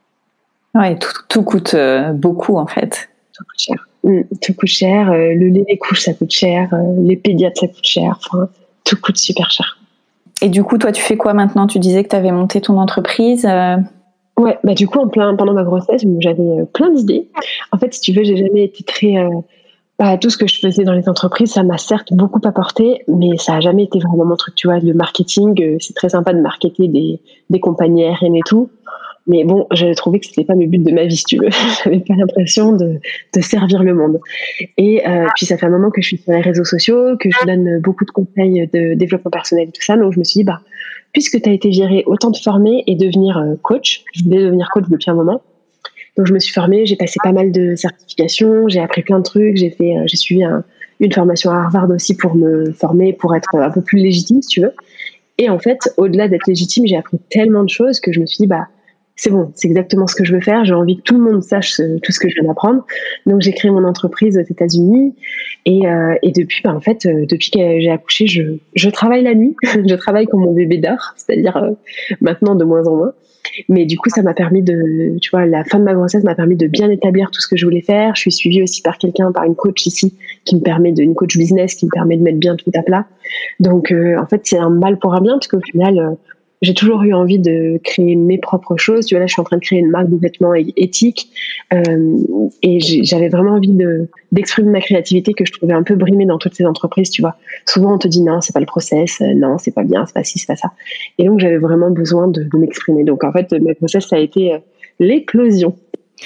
Ouais, tout, tout coûte euh, beaucoup, en fait. Tout coûte cher. Mmh, tout coûte cher. Euh, le lait des couches, ça coûte cher. Euh, les pédiatres, ça coûte cher. Enfin, tout coûte super cher. Et du coup, toi, tu fais quoi maintenant ? Tu disais que tu avais monté ton entreprise. Euh... Ouais, bah du coup, en plein, pendant ma grossesse, j'avais plein d'idées. En fait, si tu veux, j'ai jamais été très... Euh, bah, tout ce que je faisais dans les entreprises, ça m'a certes beaucoup apporté, mais ça a jamais été vraiment mon truc, tu vois. Le marketing, euh, c'est très sympa de marketer des, des compagnies aériennes et tout. Mais bon, j'avais trouvé que c'était pas le but de ma vie, si tu veux. J'avais pas l'impression de, de servir le monde. Et euh, puis, ça fait un moment que je suis sur les réseaux sociaux, que je donne beaucoup de conseils de développement personnel et tout ça. Donc, je me suis dit, bah, puisque tu as été virée, autant te former et devenir coach. Je voulais devenir coach depuis un moment. Donc, je me suis formée, j'ai passé pas mal de certifications, j'ai appris plein de trucs, j'ai fait, j'ai suivi un, une formation à Harvard aussi pour me former, pour être un peu plus légitime, si tu veux. Et en fait, au-delà d'être légitime, j'ai appris tellement de choses que je me suis dit, bah, c'est bon, c'est exactement ce que je veux faire. J'ai envie que tout le monde sache ce, tout ce que je viens d'apprendre. Donc, j'ai créé mon entreprise aux États-Unis. Et, euh, et depuis, bah, en fait, euh, depuis que j'ai accouché, je, je travaille la nuit. Je travaille quand mon bébé dort, c'est-à-dire euh, maintenant de moins en moins. Mais du coup, ça m'a permis de, tu vois, la fin de ma grossesse m'a permis de bien établir tout ce que je voulais faire. Je suis suivie aussi par quelqu'un, par une coach ici, qui me permet de, une coach business, qui me permet de mettre bien tout à plat. Donc, euh, en fait, c'est un mal pour un bien, parce qu'au final, euh, j'ai toujours eu envie de créer mes propres choses. Tu vois, là, je suis en train de créer une marque de vêtements éthique. Euh, et j'avais vraiment envie de, d'exprimer ma créativité que je trouvais un peu brimée dans toutes ces entreprises, tu vois. Souvent, on te dit non, c'est pas le process, non, c'est pas bien, c'est pas ci, c'est pas ça. Et donc, j'avais vraiment besoin de, de m'exprimer. Donc, en fait, ma grossesse, ça a été euh, l'éclosion.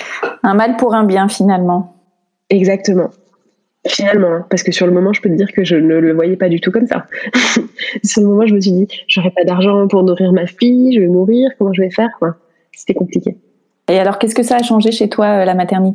Un mal pour un bien, finalement. Exactement. Finalement, parce que sur le moment, je peux te dire que je ne le voyais pas du tout comme ça. Sur le moment, je me suis dit, j'aurai pas d'argent pour nourrir ma fille, je vais mourir, comment je vais faire, quoi. C'était compliqué. Et alors, qu'est-ce que ça a changé chez toi, la maternité ?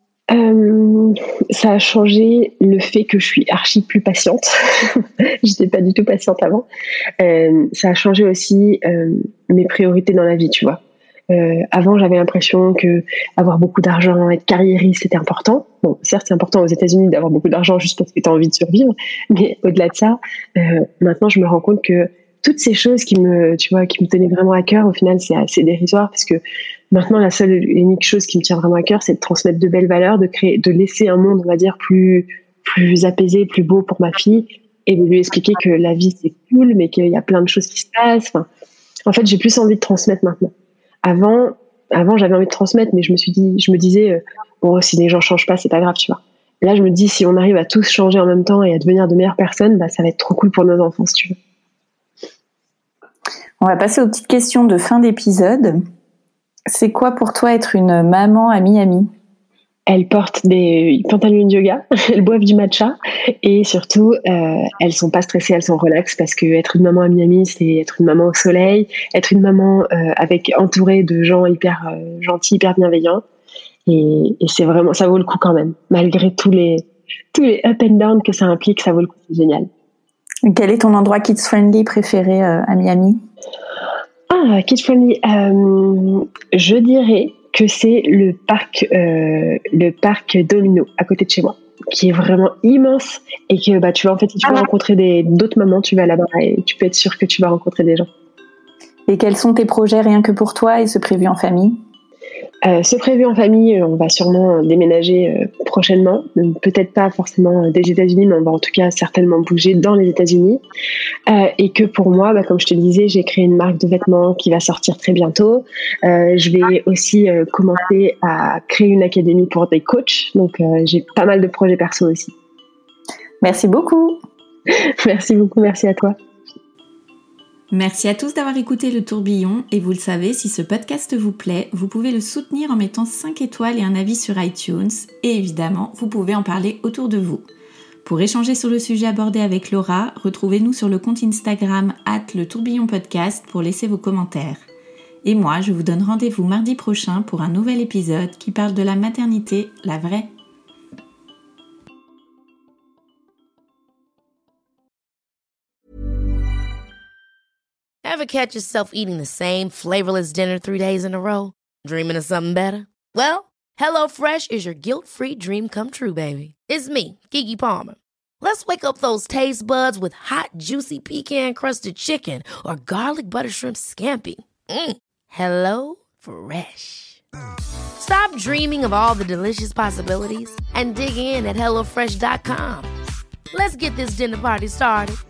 euh, Ça a changé le fait que je suis archi plus patiente. J'étais pas du tout patiente avant. Euh, ça a changé aussi euh, mes priorités dans la vie, tu vois. Euh, avant, j'avais l'impression que avoir beaucoup d'argent, être carriériste, c'était important. Bon, certes, c'est important aux États-Unis d'avoir beaucoup d'argent juste parce que tu as envie de survivre, mais au-delà de ça, euh, maintenant, je me rends compte que toutes ces choses qui me, tu vois, qui me tenaient vraiment à cœur, au final, c'est assez dérisoire parce que maintenant, la seule et unique chose qui me tient vraiment à cœur, c'est de transmettre de belles valeurs, de créer, de laisser un monde, on va dire, plus, plus apaisé, plus beau pour ma fille, et de lui expliquer que la vie c'est cool, mais qu'il y a plein de choses qui se passent. Enfin, en fait, j'ai plus envie de transmettre maintenant. Avant, avant, j'avais envie de transmettre, mais je me suis dit, je me disais, euh, bon, si les gens changent pas, c'est pas grave, tu vois. Là, je me dis, si on arrive à tous changer en même temps et à devenir de meilleures personnes, bah, ça va être trop cool pour nos enfants, si tu veux. On va passer aux petites questions de fin d'épisode. C'est quoi pour toi être une maman à Miami ? Elles portent des pantalons de yoga, elles boivent du matcha et surtout, euh, elles sont pas stressées, elles sont relax parce que être une maman à Miami, c'est être une maman au soleil, être une maman euh, avec entourée de gens hyper euh, gentils, hyper bienveillants et, et c'est vraiment, ça vaut le coup quand même, malgré tous les tous les up and down que ça implique, ça vaut le coup, c'est génial. Quel est ton endroit kids friendly préféré euh, à Miami ? Ah, kids friendly, euh, je dirais que c'est le parc, euh, le parc Domino à côté de chez moi, qui est vraiment immense et que bah tu vas en fait si tu veux rencontrer des d'autres mamans, tu vas là-bas et tu peux être sûr que tu vas rencontrer des gens. Et quels sont tes projets rien que pour toi et ce prévu en famille ? Euh, ce prévu en famille, on va sûrement déménager euh, prochainement. Peut-être pas forcément des États-Unis, mais on va en tout cas certainement bouger dans les États-Unis. Euh, et que pour moi, bah, comme je te le disais, j'ai créé une marque de vêtements qui va sortir très bientôt. Euh, je vais aussi euh, commencer à créer une académie pour des coachs. Donc euh, j'ai pas mal de projets perso aussi. Merci beaucoup. Merci beaucoup, merci à toi. Merci à tous d'avoir écouté le tourbillon et vous le savez, si ce podcast vous plaît, vous pouvez le soutenir en mettant cinq étoiles et un avis sur iTunes et évidemment, vous pouvez en parler autour de vous. Pour échanger sur le sujet abordé avec Laura, retrouvez-nous sur le compte Instagram arobase le tourbillon podcast pour laisser vos commentaires. Et moi, je vous donne rendez-vous mardi prochain pour un nouvel épisode qui parle de la maternité, la vraie. Ever catch yourself eating the same flavorless dinner three days in a row? Dreaming of something better? Well, HelloFresh is your guilt-free dream come true, baby. It's me, Keke Palmer. Let's wake up those taste buds with hot, juicy pecan-crusted chicken or garlic butter shrimp scampi. Mm. Hello Fresh. Stop dreaming of all the delicious possibilities and dig in at hello fresh dot com. Let's get this dinner party started.